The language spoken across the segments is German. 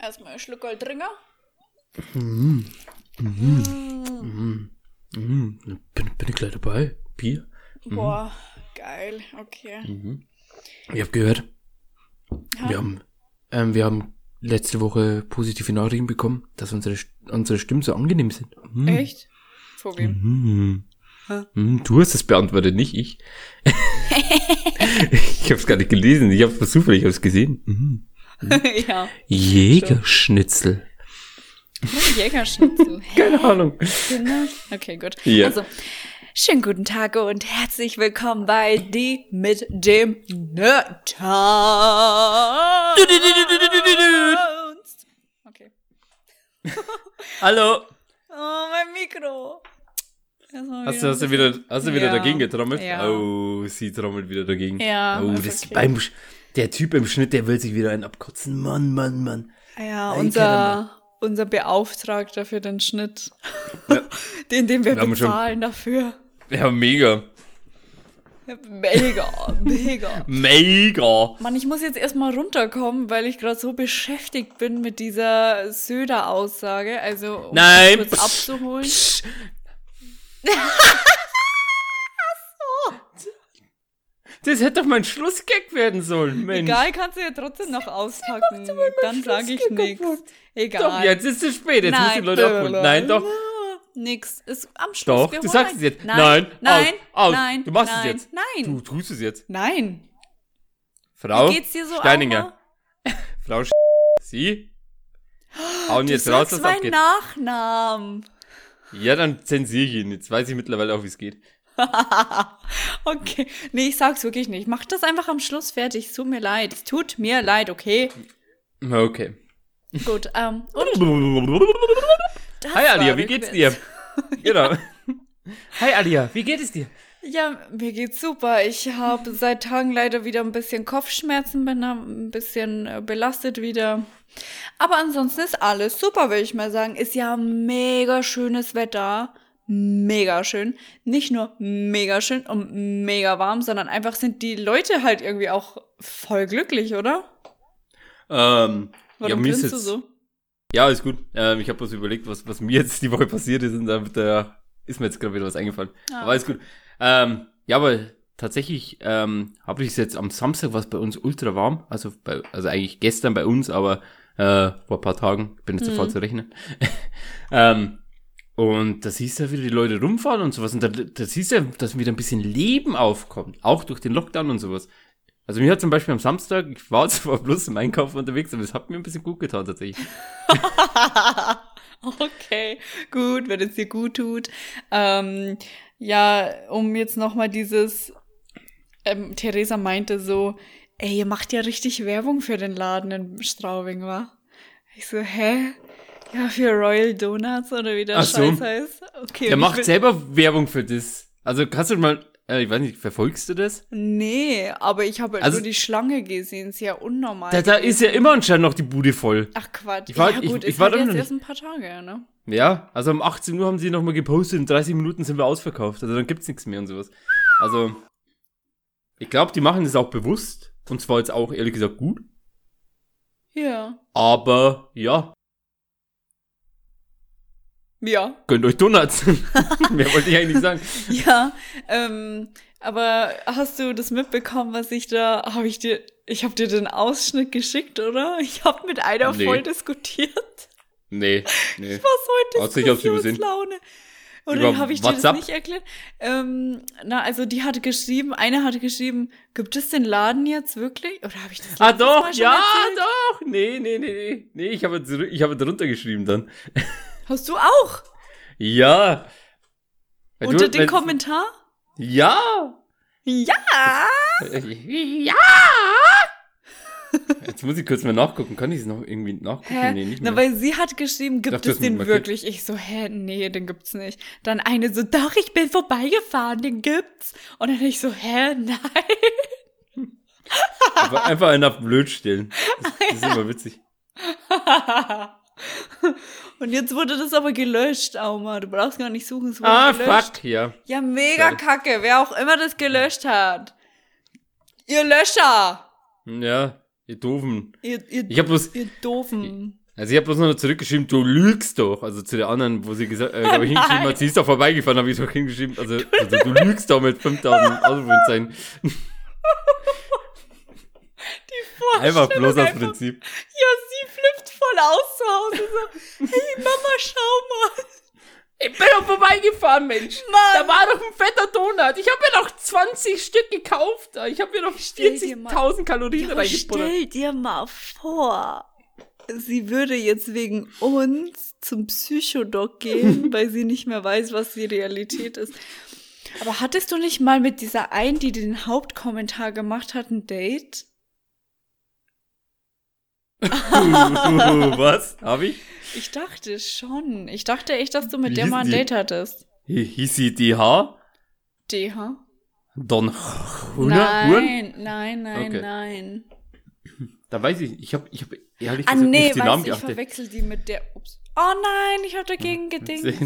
Erstmal ein Schluck Goldringer. Bin ich gleich dabei. Bier. Boah, geil, okay. Ich habe gehört, Ja. wir haben letzte Woche positive Nachrichten bekommen, dass unsere Stimmen so angenehm sind. Echt? Vor wem? Du hast es beantwortet, nicht ich. Ich habe es gar nicht gelesen. Ich habe es zufällig, ich habe es gesehen. Ja. Jägerschnitzel. Jägerschnitzel. Keine Ahnung. Genau. Okay, gut. Ja. Also, schönen guten Tag und herzlich willkommen bei Die mit dem Nerdtanz. Okay. Hallo. Oh, mein Mikro. Hast du wieder dagegen getrommelt? Ja. Oh, sie trommelt wieder dagegen. Ja, Oh, ist okay. Der Typ im Schnitt, der will sich wieder einen abkotzen. Mann. Ja, Ein unser Beauftragter für den Schnitt. Ja. Den wir Wir haben schon- bezahlen dafür. Ja, mega. Mega. Mann, ich muss jetzt erstmal runterkommen, weil ich gerade so beschäftigt bin mit dieser Söder-Aussage. Also, um Nein. das kurz abzuholen. Das hätte doch mein Schlussgag werden sollen, Mensch. Egal, kannst du ja trotzdem noch auspacken. Dann sage ich nichts. Egal. Doch, jetzt ist es spät, jetzt müssen die Leute abholen. Nein, doch. Nix. Ist am Schluss Doch, geholt. du sagst es jetzt. Nein. Aus. Nein. Du machst nein, es jetzt. Nein. Du tust es jetzt. Nein. Frau Wie geht's dir so, Steininger. Alma? Frau Sie hauen Du jetzt raus, sagst was meinen abgeht. Nachnamen. Ja, dann zensiere ich ihn. Jetzt weiß ich mittlerweile auch, wie es geht. Okay. Nee, ich sag's wirklich nicht. Mach das einfach am Schluss fertig. Es tut mir leid. Es tut mir leid, okay? Okay. Gut, und das Hi Alia, war wie geht's rückwärts. dir? Genau. Hi Alia, wie geht es dir? Ja, mir geht's super. Ich habe seit Tagen leider wieder ein bisschen Kopfschmerzen, bin ein bisschen belastet wieder. Aber ansonsten ist alles super, würde ich mal sagen. Ist ja mega schönes Wetter. Mega schön. Nicht nur mega schön und mega warm, sondern einfach sind die Leute halt irgendwie auch voll glücklich, oder? Warum Warum mir ist grinst du jetzt, so? Ja, ist gut. Ich habe bloß überlegt, was mir jetzt die Woche passiert ist und da ist mir jetzt gerade wieder was eingefallen. Aber alles gut. Ja, aber tatsächlich habe ich es jetzt am Samstag, was bei uns ultra warm, also eigentlich gestern bei uns, aber vor ein paar Tagen, bin jetzt sofort zu rechnen. Und da siehst du ja wieder die Leute rumfahren und sowas und da siehst du ja, dass wieder ein bisschen Leben aufkommt, auch durch den Lockdown und sowas. Also mir hat zum Beispiel am Samstag, ich war zwar bloß im Einkaufen unterwegs, aber es hat mir ein bisschen gut getan tatsächlich. Okay, gut, wenn es dir gut tut. Ja, um jetzt nochmal dieses, Theresa meinte so, ey, ihr macht ja richtig Werbung für den Laden in Straubing, wa? Ich so, hä? Ja, für Royal Donuts oder wie der Ach so. Scheiß heißt. Okay. Der und macht ich selber Werbung für das. Also kannst du mal, ich weiß nicht, verfolgst du das? Nee, aber ich habe halt Also- nur die Schlange gesehen, ist ja unnormal. Da ist ja immer anscheinend noch die Bude voll. Ach Quatsch. Ich war- ja gut, ich ist war halt da jetzt noch nicht. erst ein paar Tage, ne? Ja, also um 18 Uhr haben sie nochmal gepostet, in 30 Minuten sind wir ausverkauft. Also dann gibt's nichts mehr und sowas. Also, ich glaube, die machen das auch bewusst. Und zwar jetzt auch, ehrlich gesagt, gut. Ja. Aber, ja, Ja. gönnt euch Donuts. Mehr wollte ich eigentlich sagen. Ja, aber hast du das mitbekommen, was ich habe dir den Ausschnitt geschickt, oder? Ich habe mit einer Nee. voll diskutiert. Nee. Was heute Hast du nicht aufs übersehen? Diskussionslaune. Oder Über habe ich dir WhatsApp? das nicht erklärt? Also eine hatte geschrieben, gibt es den Laden jetzt wirklich? Oder habe ich das Ah letztes doch, Mal schon ja, erzählt? doch. Nee. Nee, ich habe drunter geschrieben dann. Hast du auch? Ja. Weil Unter du- dem wenn- Kommentar? Ja. Ja! Ja. Jetzt muss ich kurz mal nachgucken. Kann ich es noch irgendwie nachgucken? Hä? Nee, nicht Na, mehr. weil sie hat geschrieben, gibt Ach, du es hast mich den markiert. wirklich? Ich so, nee, den gibt's nicht. Dann eine so, doch, ich bin vorbeigefahren, den gibt's. Und dann ich so, nein. Einfach einen auf blöd stellen. Das ist immer witzig. Und jetzt wurde das aber gelöscht, Auma. Du brauchst gar nicht suchen, es wurde gelöscht. Fuck, ja. Ja, mega Schade. kacke, wer auch immer das gelöscht hat. Ihr Löscher! Ja, ihr Doofen. Ihr Ich hab bloß, Doofen. Also ich habe bloß noch zurückgeschrieben, du lügst doch. Also zu der anderen, wo sie gesagt, glaube ich, hingeschrieben hat, sie ist doch vorbeigefahren, habe ich doch hingeschrieben. Also du lügst doch mit 5000 Ausrufezeichen. Die Einfach bloß aus einfach, Prinzip. Ja, sie flippt voll aus zu Hause. So, hey Mama, schau mal. Ich bin doch vorbeigefahren, Mensch. Mann. Da war doch ein fetter Donut. Ich habe mir noch 20 Stück gekauft. Ich habe mir noch 40.000 Kalorien reingebuttert. Stell dir mal vor, sie würde jetzt wegen uns zum Psychodoc gehen, weil sie nicht mehr weiß, was die Realität ist. Aber hattest du nicht mal mit dieser einen, die den Hauptkommentar gemacht hat, ein Date? Was? Hab ich? Ich dachte schon. Ich dachte echt, dass du mit Wie der hieß mal ein die? Date hattest. Hieß sie DH? DH? Don Huren? Nein, Okay. nein. Da weiß ich, ich hab ehrlich Ah, gesagt nee, nicht den Namen weißt du, ich geachtet. verwechsel die mit der, ups. Oh nein, ich hab dagegen gedingt.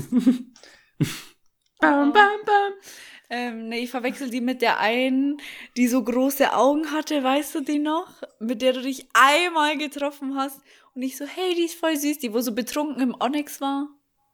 Bam, bam, bam. Nee, ich verwechsel die mit der einen, die so große Augen hatte, weißt du die noch? Mit der du dich einmal getroffen hast und ich so, hey, die ist voll süß, die wo so betrunken im Onyx war.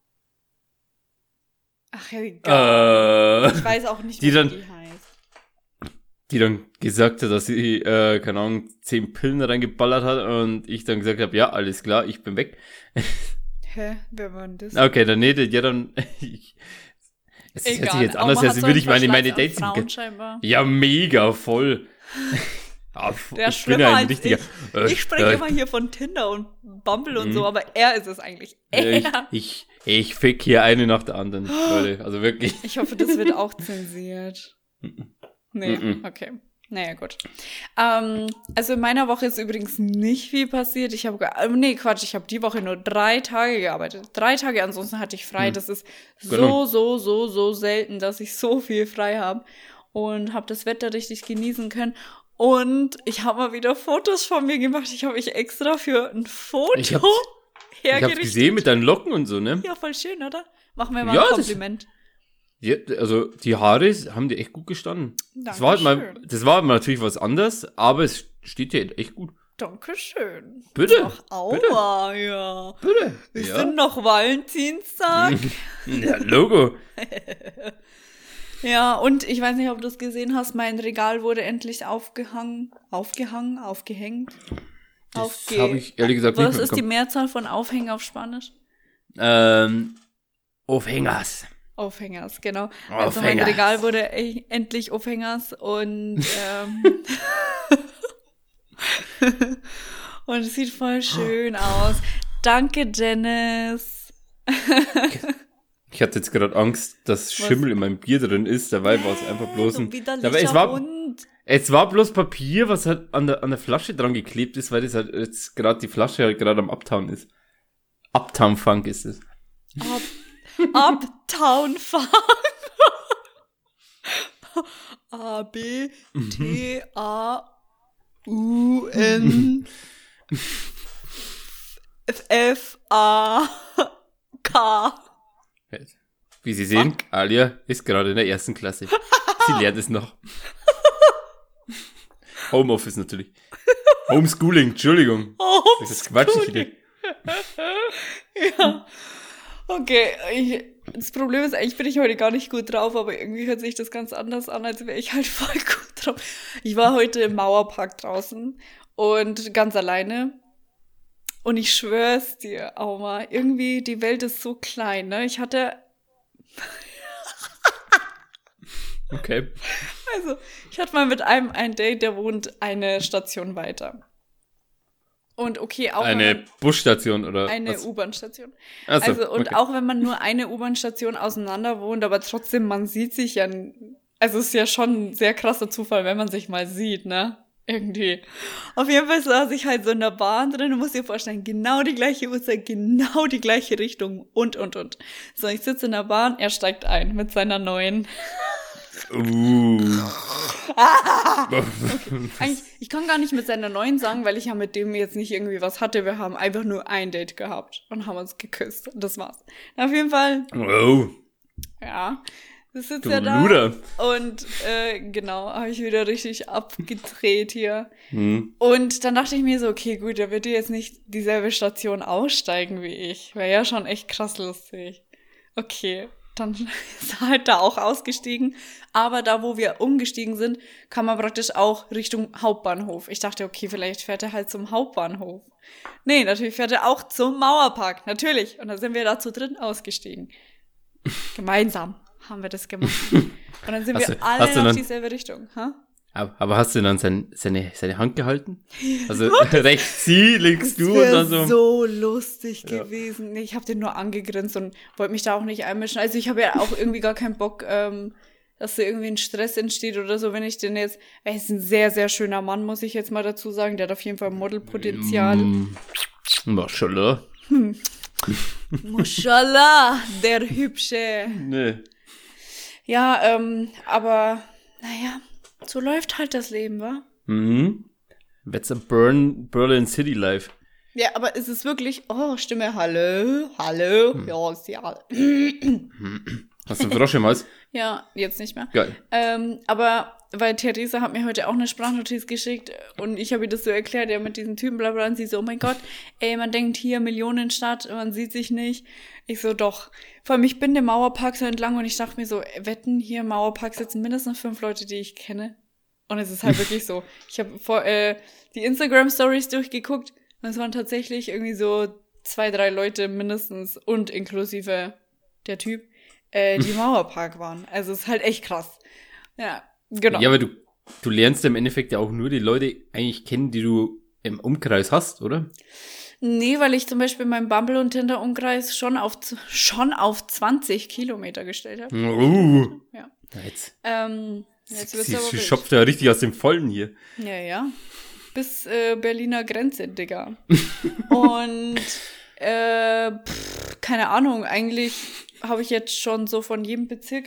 Ach, egal. Ich weiß auch nicht, die wie dann- die heißt. Die dann gesagt hat, dass sie, keine Ahnung, 10 Pillen reingeballert hat und ich dann gesagt habe, ja, alles klar, ich bin weg. Hä? Wer war denn das? Okay, dann nee, ja dann, es hört sich jetzt anders, Oma als hat so würde ich einen meine Verschleiß Dates... an Frauen scheinbar. Ja, mega, voll. Der ist ich bin schlimmer ein als richtiger... ich spreche immer hier von Tinder und Bumble und so, aber er ist es eigentlich. Er. Ich fick hier eine nach der anderen, Leute. Also wirklich. Ich hoffe, das wird auch zensiert. Nee, okay. Naja, gut. Also in meiner Woche ist übrigens nicht viel passiert. Ich habe die Woche nur 3 Tage gearbeitet. 3 Tage, ansonsten hatte ich frei. Das ist so selten, dass ich so viel frei habe. Und habe das Wetter richtig genießen können. Und ich habe mal wieder Fotos von mir gemacht. Ich habe mich extra für ein Foto Ich hab's gesehen mit deinen Locken und so, ne? Ja, voll schön, oder? Mach mir mal Ja, ein Kompliment. Ja, also die Haare haben dir echt gut gestanden. Das war halt mal natürlich was anderes, aber es steht dir echt gut. Dankeschön. Bitte. Ach, aua, bitte. Ja. Bitte. Ist Ja. denn noch Valentinstag? Ja, Logo. Ja, und ich weiß nicht, ob du es gesehen hast, mein Regal wurde endlich aufgehängt. Das habe ich ehrlich gesagt nicht Was ist die mitbekommen. Mehrzahl von Aufhängen auf Spanisch? Aufhängers. Aufhängers, genau. Also mein Aufhängers. Regal wurde endlich Aufhängers und und es sieht voll schön aus. Danke, Dennis. Ich hatte jetzt gerade Angst, dass Schimmel in meinem Bier drin ist. Dabei war es einfach bloß ein... Es war bloß Papier, was halt an der Flasche dran geklebt ist, weil das halt jetzt gerade die Flasche halt gerade am Uptown ist. Uptown Funk ist es. Uptown Funk. A-B-T-A-U-N F-A-K. Wie Sie sehen, Alia ist gerade in der 1. Klasse. Sie lernt es noch. Homeoffice natürlich. Homeschooling, Entschuldigung. Das ist Quatsch. Ja. Okay, das Problem ist, eigentlich bin ich heute gar nicht gut drauf, aber irgendwie hört sich das ganz anders an, als wäre ich halt voll gut drauf. Ich war heute im Mauerpark draußen und ganz alleine. Und ich schwör's dir, Auma, irgendwie die Welt ist so klein, ne? Ich hatte mal mit einem ein Date, der wohnt eine Station weiter. Und okay, auch eine Busstation oder eine U-Bahn-Station. Ach so, Also, und okay. auch wenn man nur eine U-Bahn-Station auseinander wohnt, aber trotzdem, man sieht sich ja, also es ist ja schon ein sehr krasser Zufall, wenn man sich mal sieht, ne? Irgendwie. Auf jeden Fall saß ich halt so in der Bahn drin und muss dir vorstellen, genau die gleiche Uhrzeit, genau die gleiche Richtung und. So, ich sitze in der Bahn, er steigt ein mit seiner neuen. Eigentlich, ich kann gar nicht mit seiner neuen sagen, weil ich ja mit dem jetzt nicht irgendwie was hatte. Wir haben einfach nur ein Date gehabt und haben uns geküsst. Und das war's. Auf jeden Fall, Oh. ja, sitzt Du ja da. Luder. Und genau, habe ich wieder richtig abgedreht hier. Und dann dachte ich mir so, okay, gut, da wird jetzt nicht dieselbe Station aussteigen wie ich. Wäre ja schon echt krass lustig. Okay, dann ist er halt da auch ausgestiegen. Aber da, wo wir umgestiegen sind, kann man praktisch auch Richtung Hauptbahnhof. Ich dachte, okay, vielleicht fährt er halt zum Hauptbahnhof. Nee, natürlich fährt er auch zum Mauerpark. Natürlich. Und dann sind wir da zu dritt ausgestiegen. Gemeinsam haben wir das gemacht. Und dann sind wir alle nach dieselbe Richtung. Ha? Aber hast du dann seine Hand gehalten? Also rechts sie, links du und dann so lustig gewesen. Nee, ich habe den nur angegrinst und wollte mich da auch nicht einmischen. Also ich habe ja auch irgendwie gar keinen Bock, dass da irgendwie ein Stress entsteht oder so, wenn ich den jetzt... Er ist ein sehr, sehr schöner Mann, muss ich jetzt mal dazu sagen. Der hat auf jeden Fall Modelpotenzial. Mashallah. Mashallah, der Hübsche. Nee. Ja, aber naja, so läuft halt das Leben, wa? That's a Berlin City Life. Ja, aber ist es wirklich, oh, Stimme, hallo, ja, ist ja. Hast du einen Frosch im Hals? Ja, jetzt nicht mehr. Geil. Aber, weil Theresa hat mir heute auch eine Sprachnotiz geschickt und ich habe ihr das so erklärt, ja, mit diesen Typen, bla bla, und sie so, oh mein Gott, ey, man denkt hier Millionenstadt, man sieht sich nicht. Ich so, doch. Vor allem, ich bin dem Mauerpark so entlang und ich dachte mir so, wetten, hier im Mauerpark sitzen mindestens 5 Leute, die ich kenne. Und es ist halt wirklich so. Ich habe die Instagram-Stories durchgeguckt und es waren tatsächlich irgendwie so 2, 3 Leute mindestens und inklusive der Typ, die im Mauerpark waren. Also es ist halt echt krass. Ja, genau. Ja, aber du lernst im Endeffekt ja auch nur die Leute eigentlich kennen, die du im Umkreis hast, oder? Nee, weil ich zum Beispiel meinen Bumble- und Tinder-Umkreis schon auf 20 Kilometer gestellt habe. Ja. Jetzt Jetzt wird's sie schopft ja richtig aus dem Vollen hier. Ja. Bis Berliner Grenze, Digga. Und keine Ahnung, eigentlich habe ich jetzt schon so von jedem Bezirk.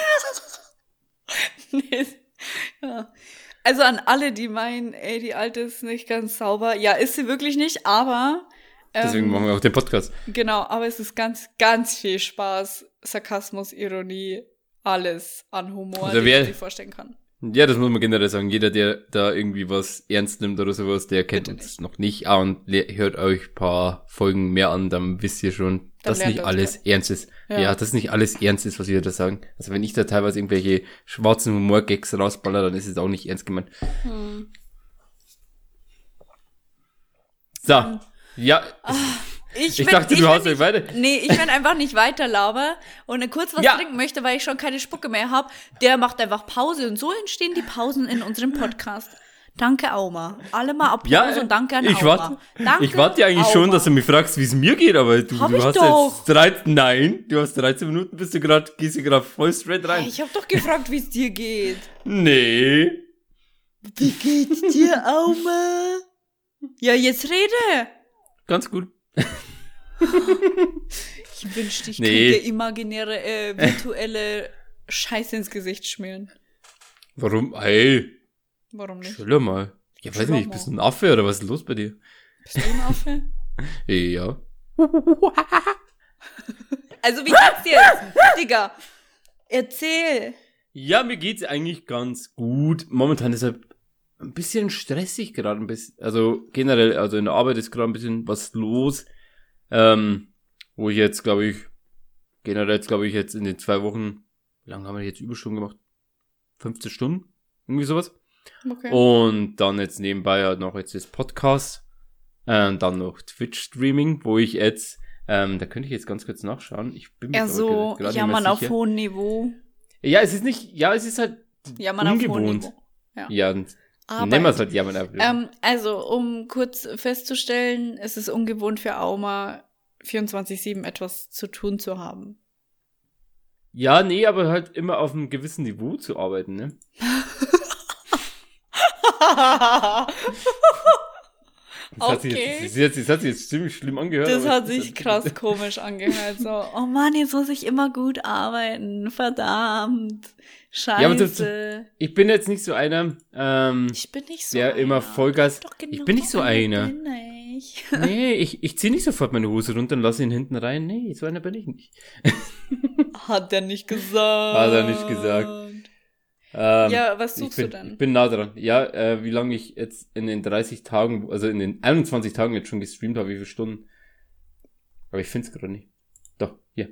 Nee, ja. Also an alle, die meinen, ey, die Alte ist nicht ganz sauber. Ja, ist sie wirklich nicht, aber... Deswegen machen wir auch den Podcast. Genau, aber es ist ganz, ganz viel Spaß, Sarkasmus, Ironie, alles an Humor, also den man sich vorstellen kann. Ja, das muss man generell sagen. Jeder, der da irgendwie was ernst nimmt oder sowas, der kennt uns noch nicht. Und hört euch ein paar Folgen mehr an, dann wisst ihr schon, dass nicht alles ernst ist. Ja, dass nicht alles ernst ist, was wir da sagen. Also wenn ich da teilweise irgendwelche schwarzen Humor-Gags rausballer, dann ist es auch nicht ernst gemeint. So, ja. Ich dachte, du hast euch weiter. Nee, ich bin einfach nicht weiter laber und kurz was trinken möchte, weil ich schon keine Spucke mehr habe. Der macht einfach Pause und so entstehen die Pausen in unserem Podcast. Danke, Auma. Alle mal Applaus und danke an Auma. Ich warte ja eigentlich schon, dass du mich fragst, wie es mir geht, aber du hast doch. jetzt du hast 13 Minuten, gehst du gerade voll straight rein. Hey, ich habe doch gefragt, wie es dir geht. Nee. Wie geht's dir, Auma? Ja, jetzt rede. Ganz gut. Ich wünschte, ich könnte dir imaginäre, virtuelle Scheiße ins Gesicht schmieren. Warum? Hey. Warum nicht? Chill mal. Ja, weiß nicht, bist du ein Affe oder was ist los bei dir? Bist du ein Affe? Ja. Also, wie geht's dir jetzt? Digga, erzähl. Ja, mir geht's eigentlich ganz gut. Momentan ist halt ein bisschen stressig gerade, also generell, also in der Arbeit ist gerade ein bisschen was los, wo ich jetzt, glaube ich, jetzt in den 2 Wochen, wie lange haben wir jetzt Überstunden gemacht? 15 Stunden? Irgendwie sowas. Okay. Und dann jetzt nebenbei halt noch jetzt das Podcast, dann noch Twitch-Streaming, wo ich jetzt, da könnte ich jetzt ganz kurz nachschauen. Ich bin mir so jammern auf hohem Niveau. Ja, es ist halt jammern ungewohnt. Auf hohem Niveau. Ja, nennen wir es halt jammern auf Niveau. Also, um kurz festzustellen, es ist ungewohnt für Auma, 24/7 etwas zu tun zu haben. Ja, nee, aber halt immer auf einem gewissen Niveau zu arbeiten, ne? Das hat sich jetzt ziemlich schlimm angehört. Das hat sich krass komisch angehört. So, oh Mann, jetzt muss ich immer gut arbeiten. Verdammt. Scheiße. Ja, aber ich bin jetzt nicht so einer, ich bin nicht so der einer. immer Vollgas. Doch genau ich bin nicht so einer. nicht. Nee, ich zieh nicht sofort meine Hose runter und lasse ihn hinten rein. Nee, so einer bin ich nicht. Hat er nicht gesagt. Hat er nicht gesagt. Ja, was suchst du denn? Ich bin nah dran. Ja, wie lange ich jetzt in den 30 Tagen, also in den 21 Tagen jetzt schon gestreamt habe, wie viele Stunden. Aber ich find's gerade nicht. Doch, hier.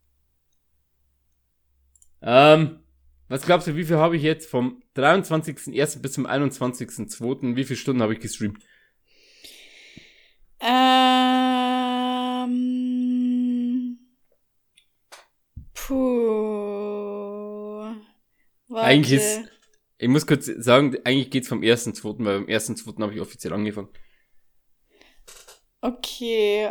Was glaubst du, wie viel habe ich jetzt vom 23.01. bis zum 21.02. Wie viele Stunden habe ich gestreamt? Warte. Eigentlich ist, ich muss kurz sagen, eigentlich geht's vom 1.2., weil am 1.2. habe ich offiziell angefangen. Okay,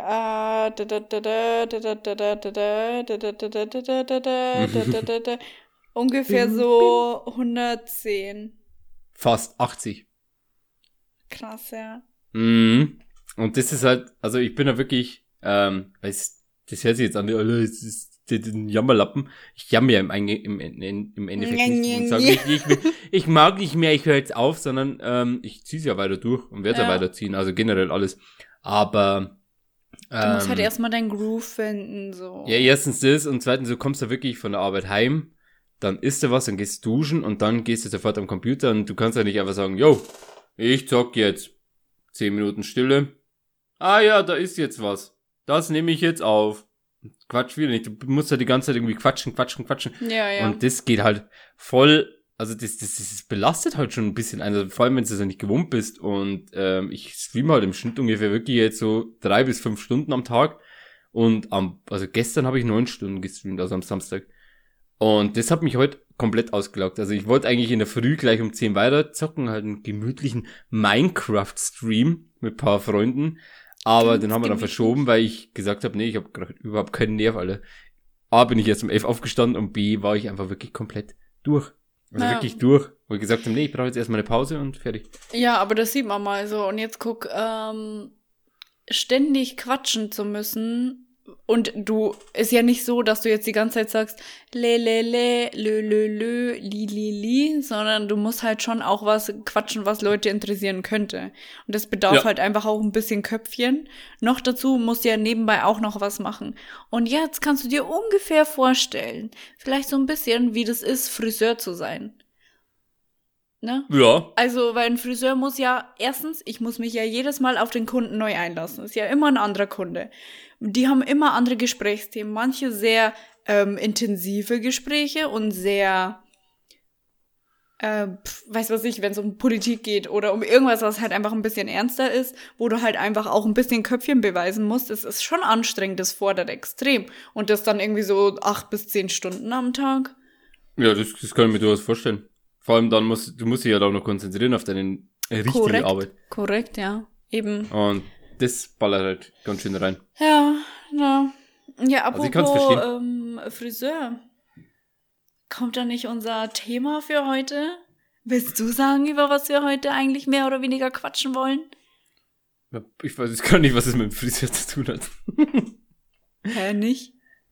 ungefähr so 110. Fast 80. Krass, ja. Mhm. Und das ist halt, also ich bin da wirklich, das hört sich jetzt an, das ist den Jammerlappen. Ich jammer ja im Endeffekt nicht und sage ich mag nicht mehr, ich höre jetzt auf, sondern ich ziehe es ja weiter durch und werde ja weiterziehen, also generell alles. Aber du musst halt erstmal deinen Groove finden, so. Ja, erstens das und zweitens, du kommst da wirklich von der Arbeit heim, dann isst du was, dann gehst du duschen und dann gehst du sofort am Computer und du kannst ja nicht einfach sagen, yo, ich zock jetzt 10 Minuten Stille. Ah ja, da ist jetzt was. Das nehme ich jetzt auf. Quatsch wieder nicht. Du musst ja die ganze Zeit irgendwie quatschen. Ja, ja. Und das geht halt voll, also das belastet halt schon ein bisschen, also vor allem, wenn du es ja nicht gewohnt bist. Und ich streame halt im Schnitt ungefähr wirklich jetzt so 3 bis 5 Stunden am Tag. Und also gestern habe ich 9 Stunden gestreamt, also am Samstag. Und das hat mich heute komplett ausgelaugt. Also ich wollte eigentlich in der Früh gleich um 10 weiter zocken, halt einen gemütlichen Minecraft-Stream mit ein paar Freunden. Aber den haben wir dann verschoben, weil ich gesagt habe, nee, ich habe gerade überhaupt keinen Nerv, Alter. A, bin ich erst um 11 aufgestanden und B, war ich einfach wirklich komplett durch. Also wirklich durch. Wo ich gesagt habe, nee, ich brauche jetzt erstmal eine Pause und fertig. Ja, aber das sieht man mal so. Und jetzt guck, ständig quatschen zu müssen. Und ist ja nicht so, dass du jetzt die ganze Zeit sagst, li, sondern du musst halt schon auch was quatschen, was Leute interessieren könnte. Und das bedarf halt einfach auch ein bisschen Köpfchen. Noch dazu musst du ja nebenbei auch noch was machen. Und jetzt kannst du dir ungefähr vorstellen, vielleicht so ein bisschen, wie das ist, Friseur zu sein. Ne? Ja. Also, weil ein Friseur muss ja, erstens, ich muss mich ja jedes Mal auf den Kunden neu einlassen. Ist ja immer ein anderer Kunde. Die haben immer andere Gesprächsthemen. Manche sehr intensive Gespräche und sehr, weiß was ich, wenn es um Politik geht oder um irgendwas, was halt einfach ein bisschen ernster ist, wo du halt einfach auch ein bisschen Köpfchen beweisen musst. Es ist schon anstrengend, das fordert extrem. Und das dann irgendwie so 8 bis 10 Stunden am Tag. Ja, das kann ich mir durchaus vorstellen. Vor allem dann du musst dich ja da auch noch konzentrieren auf deine richtige Arbeit. Korrekt, ja. Eben. Und das ballert halt ganz schön rein. Ja. Ja, apropos also Friseur. Kommt da nicht unser Thema für heute? Willst du sagen, über was wir heute eigentlich mehr oder weniger quatschen wollen? Ja, ich weiß jetzt gar nicht, was es mit dem Friseur zu tun hat. Hä, nicht?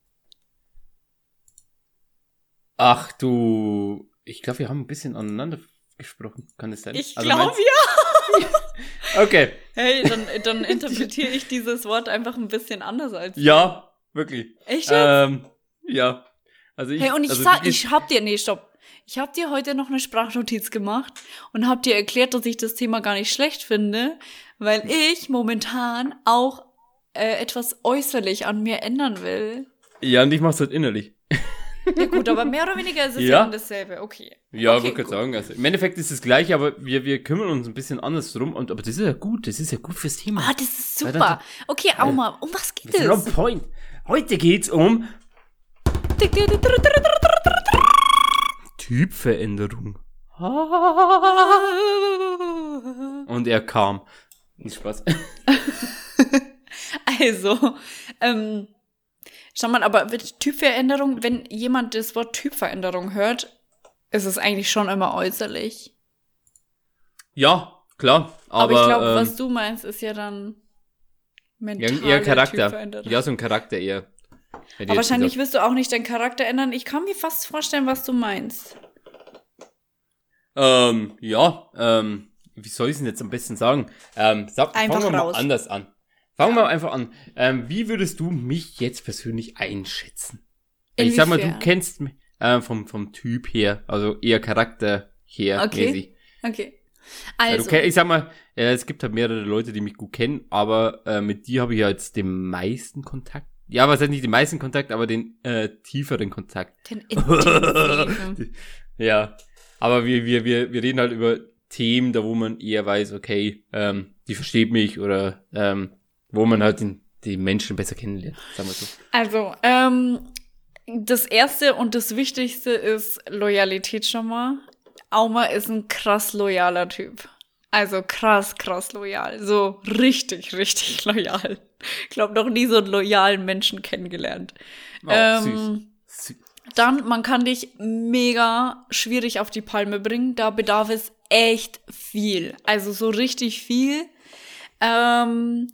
Ach du... Ich glaube, wir haben ein bisschen aneinander gesprochen. Kann das sein? Ich glaube, ja. Okay. Hey, dann interpretiere ich dieses Wort einfach ein bisschen anders als du. Ja, wirklich. Echt jetzt? Ja. Also hey, und ich hab dir heute noch eine Sprachnotiz gemacht und hab dir erklärt, dass ich das Thema gar nicht schlecht finde, weil ich momentan auch etwas äußerlich an mir ändern will. Ja, und ich mach's halt innerlich. Ja gut, aber mehr oder weniger ist es ja dasselbe, okay. Ja, okay, würde ich sagen. Also, im Endeffekt ist es gleich, aber wir kümmern uns ein bisschen anders drum. Aber das ist ja gut fürs Thema. Ah, das ist super. Okay, Auma, um was geht es? On point. Heute geht's um Typveränderung. Und er kam. Nicht Spaß. Also, schau mal, aber Typveränderung, wenn jemand das Wort Typveränderung hört, ist es eigentlich schon immer äußerlich. Ja, klar. Aber ich glaube, was du meinst, ist ja dann mentale eher Charakter. Typveränderung. Ja, so ein Charakter eher. Aber wahrscheinlich wirst du auch nicht deinen Charakter ändern. Ich kann mir fast vorstellen, was du meinst. Wie soll ich es denn jetzt am besten sagen? Fangen wir mal anders an. Fangen wir einfach an. Wie würdest du mich jetzt persönlich einschätzen? Ich sag mal, du kennst mich vom Typ her, also eher Charakter her mäßig. Okay. Also. Ich sag mal, es gibt halt mehrere Leute, die mich gut kennen, aber mit dir habe ich ja jetzt den meisten Kontakt. Ja, was heißt nicht den meisten Kontakt, aber den tieferen Kontakt. Den intensiven. Ja, aber wir reden halt über Themen, da wo man eher weiß, okay, die versteht mich oder wo man halt die Menschen besser kennenlernt, sagen wir so. Also, das Erste und das Wichtigste ist Loyalität schon mal. Auma ist ein krass loyaler Typ. Also krass loyal. So richtig loyal. Ich glaube, noch nie so einen loyalen Menschen kennengelernt. Süß. Dann, man kann dich mega schwierig auf die Palme bringen. Da bedarf es echt viel. Also so richtig viel. Dann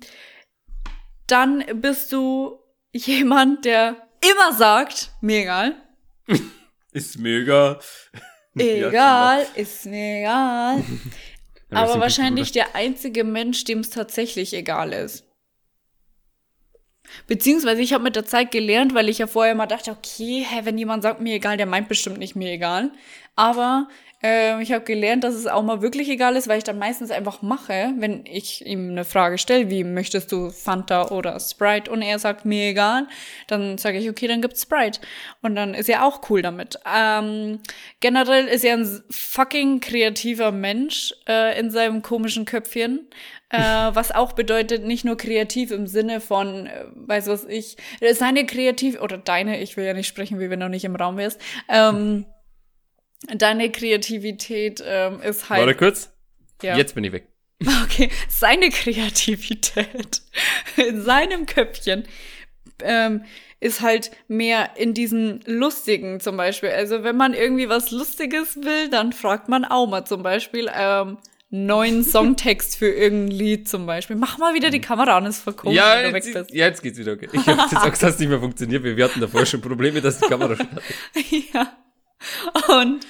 bist du jemand, der immer sagt, mir egal. Ist mir egal. Egal, ist mir egal. Aber wahrscheinlich der einzige Mensch, dem es tatsächlich egal ist. Beziehungsweise ich habe mit der Zeit gelernt, weil ich ja vorher mal dachte, okay, wenn jemand sagt mir egal, der meint bestimmt nicht mir egal. Aber ich habe gelernt, dass es auch mal wirklich egal ist, weil ich dann meistens einfach mache, wenn ich ihm eine Frage stelle, wie möchtest du Fanta oder Sprite? Und er sagt mir egal, dann sage ich, okay, dann gibt's Sprite. Und dann ist er auch cool damit. Generell ist er ein fucking kreativer Mensch in seinem komischen Köpfchen. Was auch bedeutet, nicht nur kreativ im Sinne von, weiß was ich, seine kreativ, oder deine, ich will ja nicht sprechen, wie wenn du nicht im Raum wärst, deine Kreativität ist halt... Warte kurz. Ja. Jetzt bin ich weg. Okay, seine Kreativität in seinem Köpfchen ist halt mehr in diesen lustigen zum Beispiel. Also wenn man irgendwie was Lustiges will, dann fragt man Auma zum Beispiel neuen Songtext für irgendein Lied zum Beispiel. Mach mal wieder die Kamera an, ist verkommen, wenn du weg bist. Ja, jetzt geht's wieder, okay. Ich hab jetzt auch gesagt, dass es nicht mehr funktioniert. Wir hatten davor schon Probleme, dass die Kamera startet. Ja. Und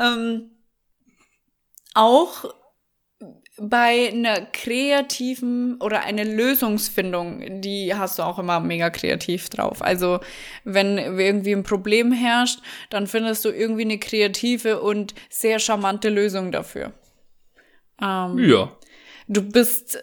auch bei einer kreativen oder eine Lösungsfindung, die hast du auch immer mega kreativ drauf. Also wenn irgendwie ein Problem herrscht, dann findest du irgendwie eine kreative und sehr charmante Lösung dafür. Ja. Du bist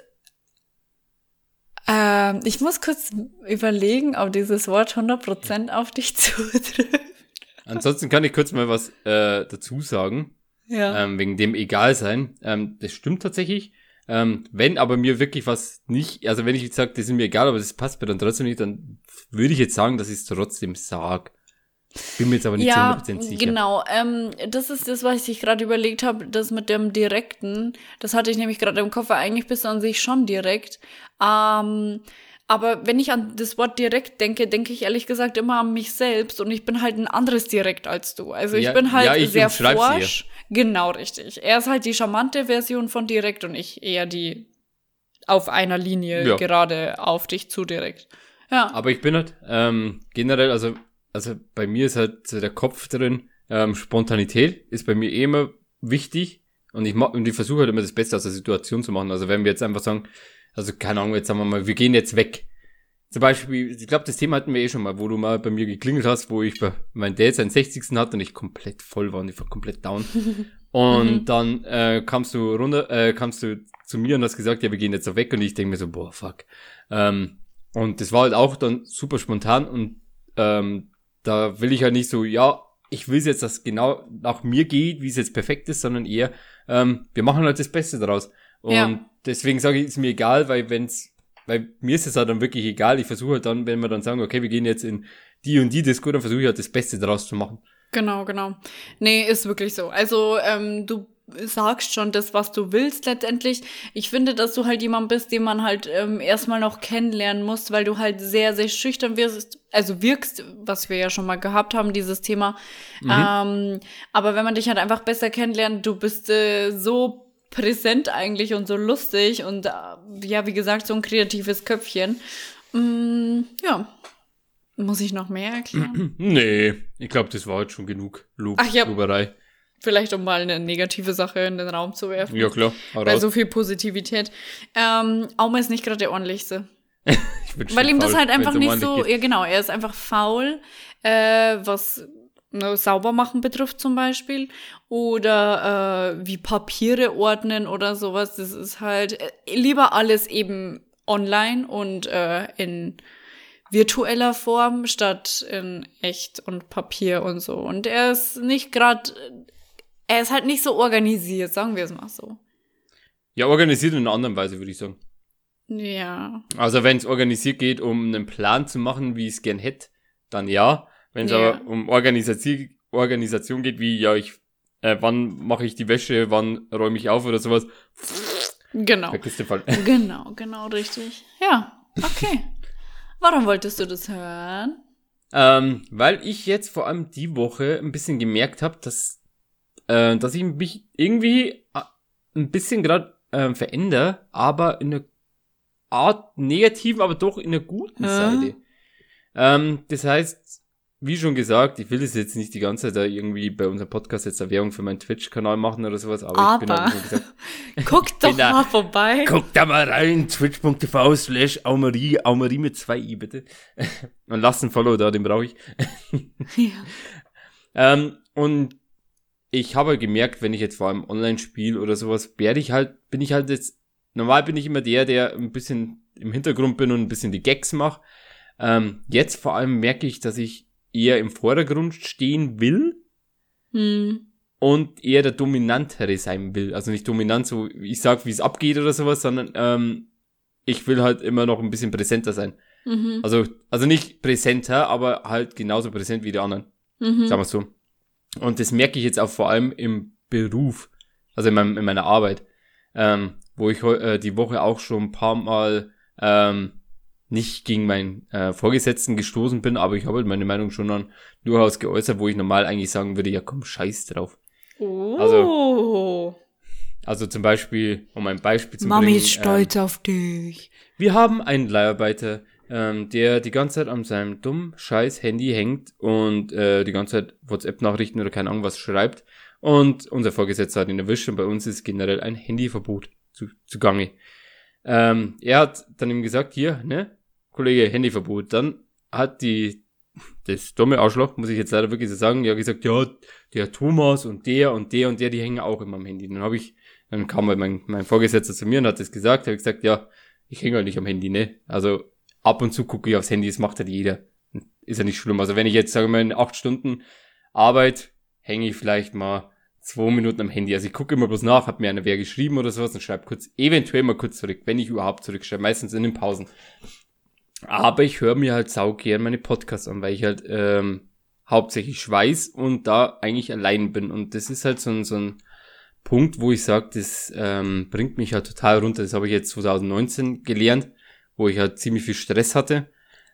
ich muss kurz überlegen, ob dieses Wort 100% auf dich zutrifft. Ansonsten kann ich kurz mal was dazu sagen. Ja. Wegen dem Egalsein. Das stimmt tatsächlich. Wenn aber mir wirklich was nicht, also wenn ich jetzt sage, das ist mir egal, aber das passt mir dann trotzdem nicht, dann würde ich jetzt sagen, dass ich es trotzdem sage. Bin mir jetzt aber nicht zu 100% sicher. Genau. Das ist das, was ich gerade überlegt habe, das mit dem Direkten. Das hatte ich nämlich gerade im Kopf, weil eigentlich bist du an sich schon direkt. Aber wenn ich an das Wort direkt denke, denke ich ehrlich gesagt immer an mich selbst und ich bin halt ein anderes Direkt als du. Also ich bin halt sehr forsch. Genau, richtig. Er ist halt die charmante Version von direkt und ich eher die auf einer Linie gerade auf dich zu direkt. Ja. Aber ich bin halt generell, also bei mir ist halt so der Kopf drin, Spontanität ist bei mir immer wichtig und ich versuche halt immer das Beste aus der Situation zu machen. Also wenn wir jetzt einfach sagen, also keine Ahnung, jetzt sagen wir mal, wir gehen jetzt weg. Zum Beispiel, ich glaube, das Thema hatten wir schon mal, wo du mal bei mir geklingelt hast, wo ich bei meinem Dad seinen 60. hatte und ich komplett voll war und ich war komplett down. Und dann kamst du zu mir und hast gesagt, ja, wir gehen jetzt so weg und ich denke mir so, boah, fuck. Und das war halt auch dann super spontan und da will ich halt nicht so, ja, ich will jetzt, dass es genau nach mir geht, wie es jetzt perfekt ist, sondern eher, wir machen halt das Beste daraus. Und deswegen sage ich, ist mir egal, weil mir ist es halt dann wirklich egal. Ich versuche halt dann, wenn wir dann sagen, okay, wir gehen jetzt in die und die Disco, dann versuche ich halt das Beste daraus zu machen. Genau. Nee, ist wirklich so. Also, du sagst schon das, was du willst letztendlich. Ich finde, dass du halt jemand bist, den man halt erstmal noch kennenlernen muss, weil du halt sehr, sehr schüchtern wirkst, was wir ja schon mal gehabt haben, dieses Thema. Aber wenn man dich halt einfach besser kennenlernt, du bist so präsent eigentlich und so lustig und ja, wie gesagt, so ein kreatives Köpfchen. Ja. Muss ich noch mehr erklären? Nee, ich glaube, das war jetzt schon genug Loberei. Vielleicht, um mal eine negative Sache in den Raum zu werfen. Ja, klar. Bei so viel Positivität. Auma ist nicht gerade der ordentlichste. Weil ihm das halt einfach nicht so, ja genau, er ist einfach faul, was sauber machen betrifft zum Beispiel oder wie Papiere ordnen oder sowas. Das ist halt lieber alles eben online und in virtueller Form statt in echt und Papier und so. Und er ist halt nicht so organisiert, sagen wir es mal so. Ja, organisiert in einer anderen Weise, würde ich sagen. Ja. Also wenn es organisiert geht, um einen Plan zu machen, wie ich es gern hätte, dann ja. Wenn es aber um Organisation geht, wie, ja, wann mache ich die Wäsche, wann räume ich auf oder sowas. Genau. Vergiss den Fall. Genau, richtig. Ja, okay. Warum wolltest du das hören? Weil ich jetzt vor allem die Woche ein bisschen gemerkt habe, dass ich mich irgendwie ein bisschen gerade verändere, aber in einer Art negativen, aber doch in einer guten Seite. Das heißt, wie schon gesagt, ich will das jetzt nicht die ganze Zeit da irgendwie bei unserem Podcast jetzt eine Werbung für meinen Twitch-Kanal machen oder sowas, aber ich bin halt, wie gesagt, guck doch mal vorbei. Guck da mal rein, twitch.tv/Aumarie mit 2 i, bitte. Und lasst einen Follow da, den brauche ich. Ja. Und ich habe gemerkt, wenn ich jetzt vor allem online spiele oder sowas, bin ich halt jetzt, normal bin ich immer der ein bisschen im Hintergrund bin und ein bisschen die Gags mache. Jetzt vor allem merke ich, dass ich eher im Vordergrund stehen will und eher der Dominantere sein will. Also nicht dominant, so ich sag, wie es abgeht oder sowas, sondern ich will halt immer noch ein bisschen präsenter sein. Mhm. Also nicht präsenter, aber halt genauso präsent wie die anderen. Sagen wir so. Und das merke ich jetzt auch vor allem im Beruf, also in meiner Arbeit, wo ich die Woche auch schon ein paar Mal nicht gegen meinen Vorgesetzten gestoßen bin, aber ich habe halt meine Meinung schon dann durchaus geäußert, wo ich normal eigentlich sagen würde, ja komm, scheiß drauf. Oh. Also zum Beispiel, um ein Beispiel zu Mami bringen. Mami ist stolz auf dich. Wir haben einen Leiharbeiter, der die ganze Zeit an seinem dummen scheiß Handy hängt und die ganze Zeit WhatsApp-Nachrichten oder keine Ahnung was schreibt. Und unser Vorgesetzter hat ihn erwischt und bei uns ist generell ein Handyverbot zugange. Er hat dann ihm gesagt, hier, ne, Kollege, Handyverbot. Dann hat das dumme Arschloch, muss ich jetzt leider wirklich so sagen, ja gesagt, ja, der Thomas und der, die hängen auch immer am Handy. Dann kam halt mein Vorgesetzter zu mir und hat das gesagt, habe ich gesagt, ja, ich hänge halt nicht am Handy, ne. Also ab und zu gucke ich aufs Handy, das macht halt jeder. Ist ja nicht schlimm. Also wenn ich jetzt, sage ich mal, in 8 Stunden Arbeit, hänge ich vielleicht mal 2 Minuten am Handy. Also ich gucke immer bloß nach, hat mir einer wer geschrieben oder sowas und schreibe eventuell mal kurz zurück, wenn ich überhaupt zurückschreibe, meistens in den Pausen. Aber ich höre mir halt saugern meine Podcasts an, weil ich halt hauptsächlich schweiß und da eigentlich allein bin. Und das ist halt so ein Punkt, wo ich sage, das bringt mich halt total runter. Das habe ich jetzt 2019 gelernt, wo ich halt ziemlich viel Stress hatte.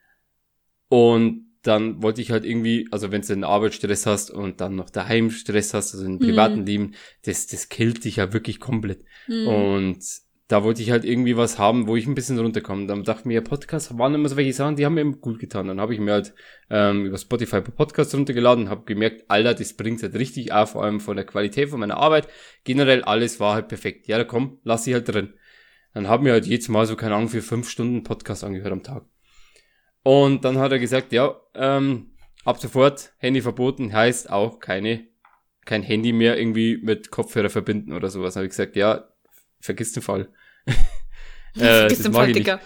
Und dann wollte ich halt irgendwie, also wenn du in der Arbeit Stress hast und dann noch daheim Stress hast, also im privaten Leben, das killt dich ja wirklich komplett. Und da wollte ich halt irgendwie was haben, wo ich ein bisschen runterkomme. Dann dachte ich mir, ja, Podcasts waren immer so welche Sachen, die haben mir gut getan. Dann habe ich mir halt über Spotify Podcasts runtergeladen und habe gemerkt, Alter, das bringt halt richtig auf, vor allem von der Qualität von meiner Arbeit. Generell alles war halt perfekt. Ja, komm, lass sie halt drin. Dann haben wir halt jedes Mal so, keine Ahnung, für 5 Stunden Podcast angehört am Tag. Und dann hat er gesagt, ja, ab sofort Handy verboten, heißt auch kein Handy mehr irgendwie mit Kopfhörer verbinden oder sowas. Dann habe ich gesagt, ja, vergiss den Fall. Vergiss den Fall, Digga.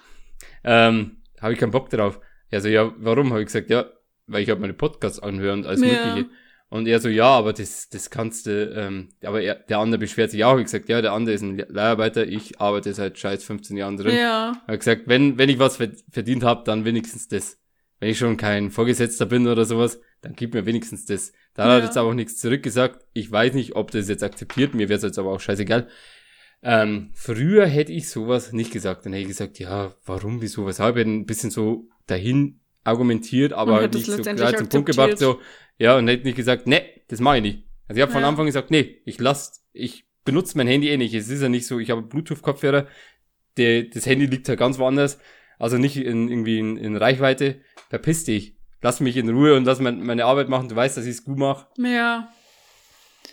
Habe ich keinen Bock drauf. Also ja, warum? Habe ich gesagt, ja, weil ich halt meine Podcasts anhöre und alles Mögliche. Und er so, ja, aber das kannst du, aber der andere beschwert sich auch. Habe ich gesagt, ja, der andere ist ein Leiharbeiter, ich arbeite seit scheiß 15 Jahren drin. Ja. Habe gesagt, wenn ich was verdient habe, dann wenigstens das. Wenn ich schon kein Vorgesetzter bin oder sowas, dann gib mir wenigstens das. Da hat er jetzt aber auch nichts zurückgesagt. Ich weiß nicht, ob das jetzt akzeptiert, mir wäre es jetzt aber auch scheißegal. Früher hätte ich sowas nicht gesagt. Dann hätte ich gesagt, ja, warum, wieso, weshalb? Ich hätte ein bisschen so dahin argumentiert, aber halt nicht so klar zum Punkt gebracht, so, ja, und hätte nicht gesagt, ne, das mache ich nicht. Also ich habe von Anfang gesagt, nee, ich benutze mein Handy eh nicht. Es ist ja nicht so, ich habe Bluetooth-Kopfhörer, das Handy liegt halt ganz woanders, also nicht in Reichweite. Verpiss dich. Lass mich in Ruhe und lass meine Arbeit machen. Du weißt, dass ich es gut mache. Ja.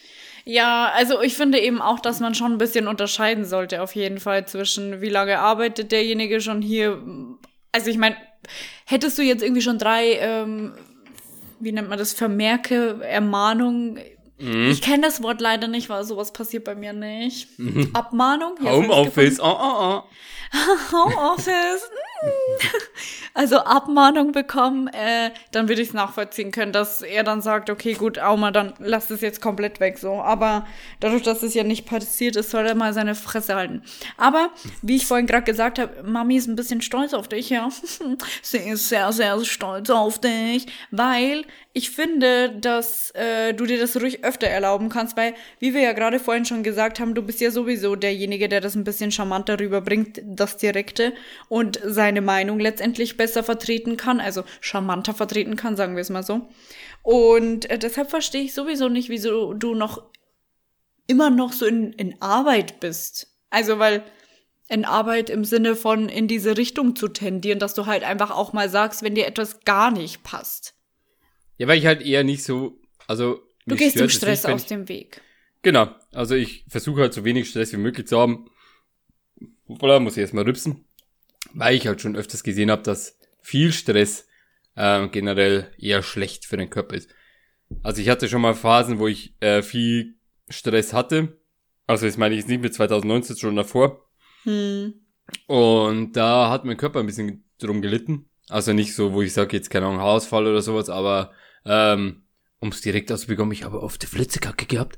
Ja, also ich finde eben auch, dass man schon ein bisschen unterscheiden sollte auf jeden Fall zwischen, wie lange arbeitet derjenige schon hier. Also ich meine, hättest du jetzt irgendwie schon 3, wie nennt man das, Vermerke, Ermahnungen. Ich kenne das Wort leider nicht, weil sowas passiert bei mir nicht. Abmahnung? Ja, Homeoffice, Homeoffice. Also Abmahnung bekommen, dann würde ich es nachvollziehen können, dass er dann sagt, okay, gut, Auma, dann lass es jetzt komplett weg so. Aber dadurch, dass es ja nicht passiert ist, soll er mal seine Fresse halten. Aber, wie ich vorhin gerade gesagt habe, Mami ist ein bisschen stolz auf dich, ja. Sie ist sehr, sehr stolz auf dich, weil ich finde, dass du dir das ruhig öfter erlauben kannst, weil, wie wir ja gerade vorhin schon gesagt haben, du bist ja sowieso derjenige, der das ein bisschen charmanter rüberbringt, das Direkte, und seine Meinung letztendlich besser vertreten kann, also charmanter vertreten kann, sagen wir es mal so. Und deshalb verstehe ich sowieso nicht, wieso du immer noch so in Arbeit bist. Also, weil in Arbeit im Sinne von in diese Richtung zu tendieren, dass du halt einfach auch mal sagst, wenn dir etwas gar nicht passt. Ja, weil ich halt eher nicht so, also... Du gehst dem Stress aus dem Weg. Genau, also ich versuche halt so wenig Stress wie möglich zu haben. Voilà, muss ich erstmal rübsen. Weil ich halt schon öfters gesehen habe, dass viel Stress generell eher schlecht für den Körper ist. Also ich hatte schon mal Phasen, wo ich viel Stress hatte. Also das meine ich jetzt nicht mit 2019, schon davor. Und da hat mein Körper ein bisschen drum gelitten. Also nicht so, wo ich sage, jetzt keine Ahnung, Haarausfall oder sowas, aber um es direkt auszubekommen, ich habe oft die Flitzekacke gehabt.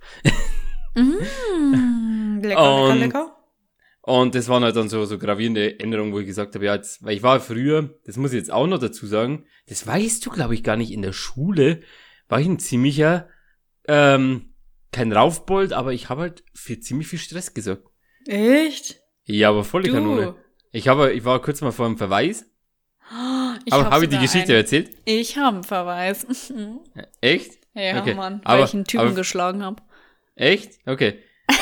Lecker. Und das waren halt dann so gravierende Änderungen, wo ich gesagt habe, ja, jetzt, weil ich war früher, das muss ich jetzt auch noch dazu sagen, das weißt du, glaube ich, gar nicht, in der Schule war ich ein ziemlicher, kein Raufbold, aber ich habe halt für ziemlich viel Stress gesorgt. Echt? Ja, aber volle Kanone. Ich war kurz mal vor einem Verweis. Aber habe ich die Geschichte erzählt? Ich habe einen Verweis. Echt? Ja, okay. Mann, weil ich einen Typen geschlagen habe. Echt? Okay.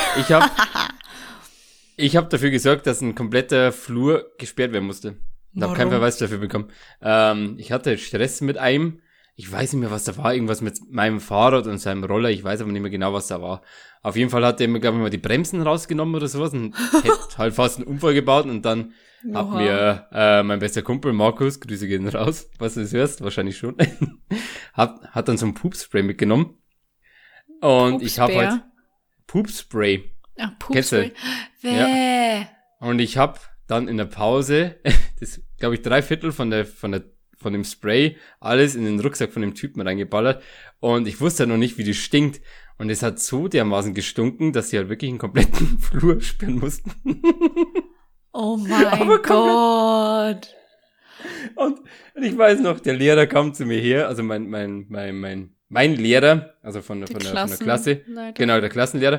Ich hab dafür gesorgt, dass ein kompletter Flur gesperrt werden musste. Ich habe keinen Verweis dafür bekommen. Ich hatte Stress mit einem. Ich weiß nicht mehr, was da war. Irgendwas mit meinem Fahrrad und seinem Roller. Ich weiß aber nicht mehr genau, was da war. Auf jeden Fall hat er mir, glaube ich, mal die Bremsen rausgenommen oder sowas und hätte halt fast einen Unfall gebaut. Und dann hat mir mein bester Kumpel Markus, Grüße gehen raus, was du das hörst, wahrscheinlich schon, hat dann so ein Poopspray mitgenommen. Und ich habe halt Poopspray. Ach, Poopspray. Ja. Und ich habe dann in der Pause, das glaube ich 3/4 von dem Spray, alles in den Rucksack von dem Typen reingeballert. Und ich wusste halt noch nicht, wie das stinkt. Und es hat so dermaßen gestunken, dass sie halt wirklich einen kompletten Flur sperren mussten. Oh mein Gott. Und ich weiß noch, der Lehrer kam zu mir her, also mein Lehrer, also von der Klasse, genau, der Klassenlehrer,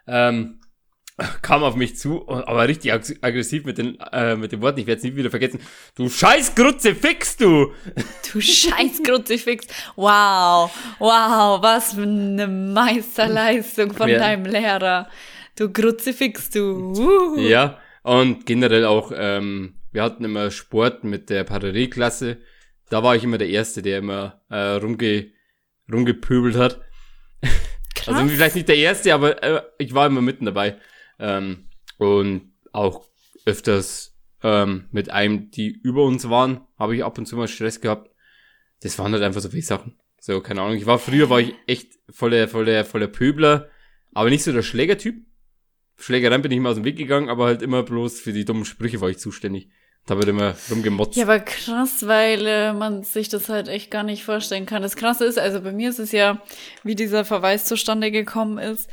kam auf mich zu, aber richtig aggressiv mit den Worten, ich werde es nie wieder vergessen. Du Scheißgrutze fix, du! Du Scheißgrutze fix. Wow, was für eine Meisterleistung von deinem Lehrer. Du Grutze fix, du. Ja, und generell auch, wir hatten immer Sport mit der Parallelklasse. Da war ich immer der Erste, der immer rumgepöbelt hat. Krass. Also vielleicht nicht der Erste, aber ich war immer mitten dabei. Und auch öfters mit einem, die über uns waren, habe ich ab und zu mal Stress gehabt. Das waren halt einfach so viele Sachen. So, keine Ahnung. Früher war ich echt voller Pöbler, aber nicht so der Schlägertyp. Schlägereien bin ich immer aus dem Weg gegangen, aber halt immer bloß für die dummen Sprüche war ich zuständig. Da wird immer rumgemotzt. Ja, aber krass, weil man sich das halt echt gar nicht vorstellen kann. Das Krasse ist, also bei mir ist es ja, wie dieser Verweis zustande gekommen ist.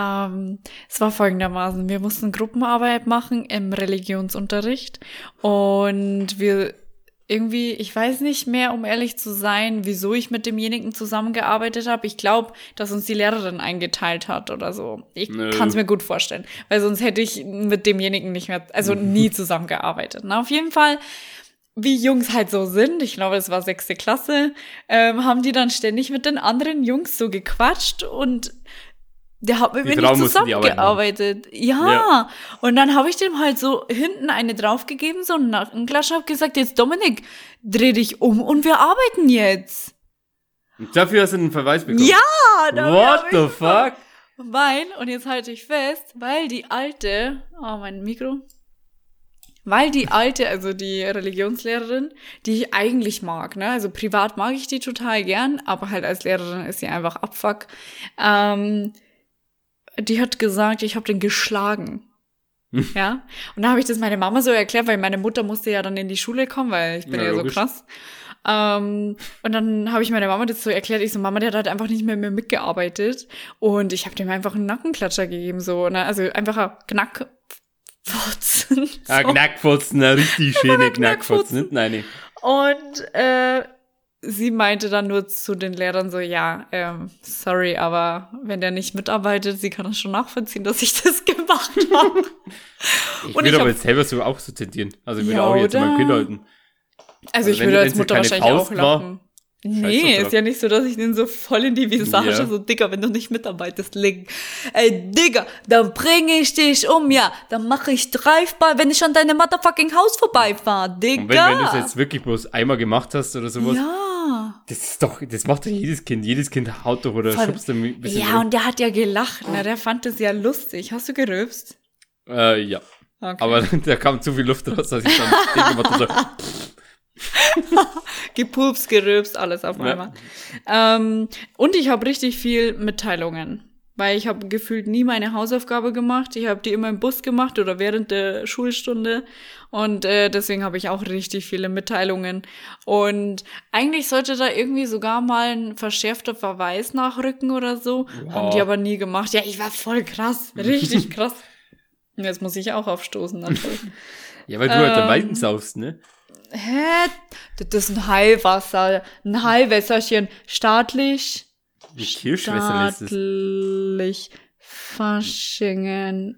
Es war folgendermaßen, wir mussten Gruppenarbeit machen im Religionsunterricht und wir irgendwie, ich weiß nicht mehr, um ehrlich zu sein, wieso ich mit demjenigen zusammengearbeitet habe. Ich glaube, dass uns die Lehrerin eingeteilt hat oder so. Ich kann es mir gut vorstellen, weil sonst hätte ich mit demjenigen nicht mehr, also nie zusammengearbeitet. Na, auf jeden Fall, wie Jungs halt so sind, ich glaube, es war 6. Klasse, haben die dann ständig mit den anderen Jungs so gequatscht und der hat mit mir nicht zusammengearbeitet. Ja, und dann habe ich dem halt so hinten eine draufgegeben, so einen Nackenklatscher, hab gesagt, jetzt Dominik, dreh dich um und wir arbeiten jetzt. Und dafür hast du einen Verweis bekommen? Ja! What the fuck? und jetzt halte ich fest, weil die alte, mein Mikro, weil die alte, also die Religionslehrerin, die ich eigentlich mag, ne, also privat mag ich die total gern, aber halt als Lehrerin ist sie einfach Abfuck, die hat gesagt, ich habe den geschlagen. Ja, und da habe ich das meiner Mama so erklärt, weil meine Mutter musste ja dann in die Schule kommen, weil ich bin ja so krass. Und dann habe ich meiner Mama das so erklärt, ich so, Mama, der hat halt einfach nicht mehr mit mir mitgearbeitet und ich habe dem einfach einen Nackenklatscher gegeben, so, ne, also einfach ein Knackfotzen. So. Ah, Knackfotzen, eine richtig schöne Knackfotzen, nein. Und sie meinte dann nur zu den Lehrern so, ja, sorry, aber wenn der nicht mitarbeitet, sie kann das schon nachvollziehen, dass ich das gemacht habe. Ich würde aber jetzt selber so auch so tendieren. Also ich würde auch jetzt mein Kind halten. Also ich würde als Mutter wahrscheinlich auch lachen. Nee, ist ja nicht so, dass ich den so voll in die Visage, so, Digga, wenn du nicht mitarbeitest, leg. Ey, Digga, dann bringe ich dich um, ja. Dann mache ich Drive-by, wenn ich an deinem motherfucking Haus vorbeifahre, Digga. Und wenn du es jetzt wirklich bloß einmal gemacht hast oder sowas. Ja. Das macht doch jedes Kind. Jedes Kind haut doch oder schubst damit ein bisschen. Ja, und der hat ja gelacht, ne, der fand das ja lustig. Hast du gerülpst? Ja. Okay. Aber da kam zu viel Luft raus, dass ich dann gemacht habe, gepupst, gerülpst, alles auf einmal. Ja. Und ich habe richtig viel Mitteilungen, weil ich habe gefühlt nie meine Hausaufgabe gemacht. Ich habe die immer im Bus gemacht oder während der Schulstunde und deswegen habe ich auch richtig viele Mitteilungen. Und eigentlich sollte da irgendwie sogar mal ein verschärfter Verweis nachrücken oder so. Wow. Haben die aber nie gemacht. Ja, ich war voll krass, richtig krass. Jetzt muss ich auch aufstoßen natürlich. Ja, weil du halt am Weiten saufst, ne? Hä? Das ist ein Heilwasser. Ein Heilwässerchen. Staatlich. Wie Kirschwässer ist es? Staatlich. Fachingen.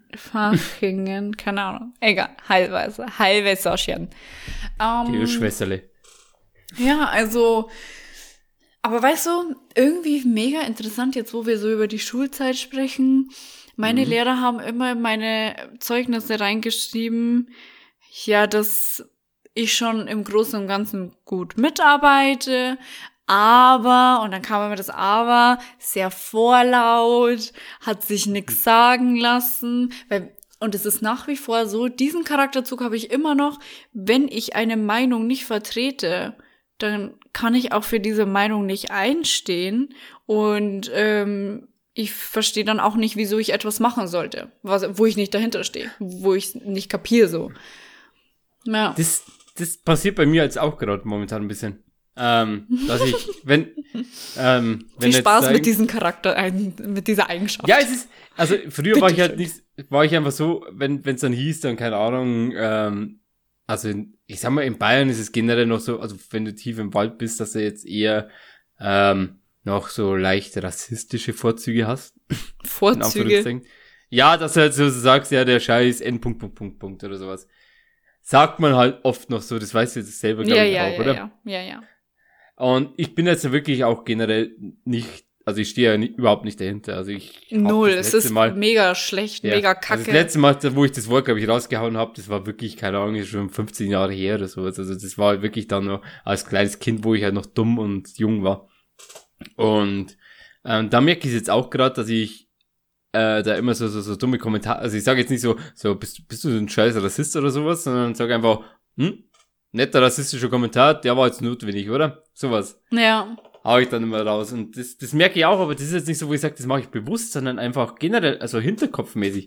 Keine Ahnung. Egal. Heilwasser. Heilwässerchen. Kirschwässerle. Ja, also. Aber weißt du, irgendwie mega interessant jetzt, wo wir so über die Schulzeit sprechen. Meine Lehrer haben immer in meine Zeugnisse reingeschrieben, ja, dass ich schon im Großen und Ganzen gut mitarbeite, aber, und dann kam immer das Aber, sehr vorlaut, hat sich nichts sagen lassen, und es ist nach wie vor so, diesen Charakterzug habe ich immer noch, wenn ich eine Meinung nicht vertrete, dann kann ich auch für diese Meinung nicht einstehen und ich verstehe dann auch nicht, wieso ich etwas machen sollte, wo ich nicht dahinter stehe, wo ich nicht kapiere so. Ja. Das passiert bei mir jetzt auch gerade momentan ein bisschen. Dass ich, wenn viel Spaß mit diesem Charakter, mit dieser Eigenschaft. Ja, es ist, also früher war ich halt nicht, war ich einfach so, wenn es dann hieß, dann keine Ahnung, also ich sag mal, in Bayern ist es generell noch so, also wenn du tief im Wald bist, dass du jetzt eher noch so leicht rassistische Vorzüge hast. Vorzüge? Ja, dass du halt so sagst, ja, der Scheiß N. oder sowas. Sagt man halt oft noch so, das weißt du jetzt selber, glaube ich, auch, oder? Ja. Und ich bin jetzt wirklich auch generell nicht, also ich stehe ja überhaupt nicht dahinter. Also ich null, es ist mega schlecht, mega kacke. Also das letzte Mal, wo ich das Wort, glaube ich, rausgehauen habe, das war wirklich, keine Ahnung, schon 15 Jahre her oder so. Also das war wirklich dann noch als kleines Kind, wo ich halt noch dumm und jung war. Und da merke ich jetzt auch gerade, dass ich da immer so dumme Kommentare, also ich sage jetzt nicht so bist du ein scheiß Rassist oder sowas, sondern sage einfach, netter rassistischer Kommentar, der war jetzt notwendig, oder? Sowas. Ja. Hau ich dann immer raus. Und das merke ich auch, aber das ist jetzt nicht so, wo ich sage, das mache ich bewusst, sondern einfach generell, also hinterkopfmäßig.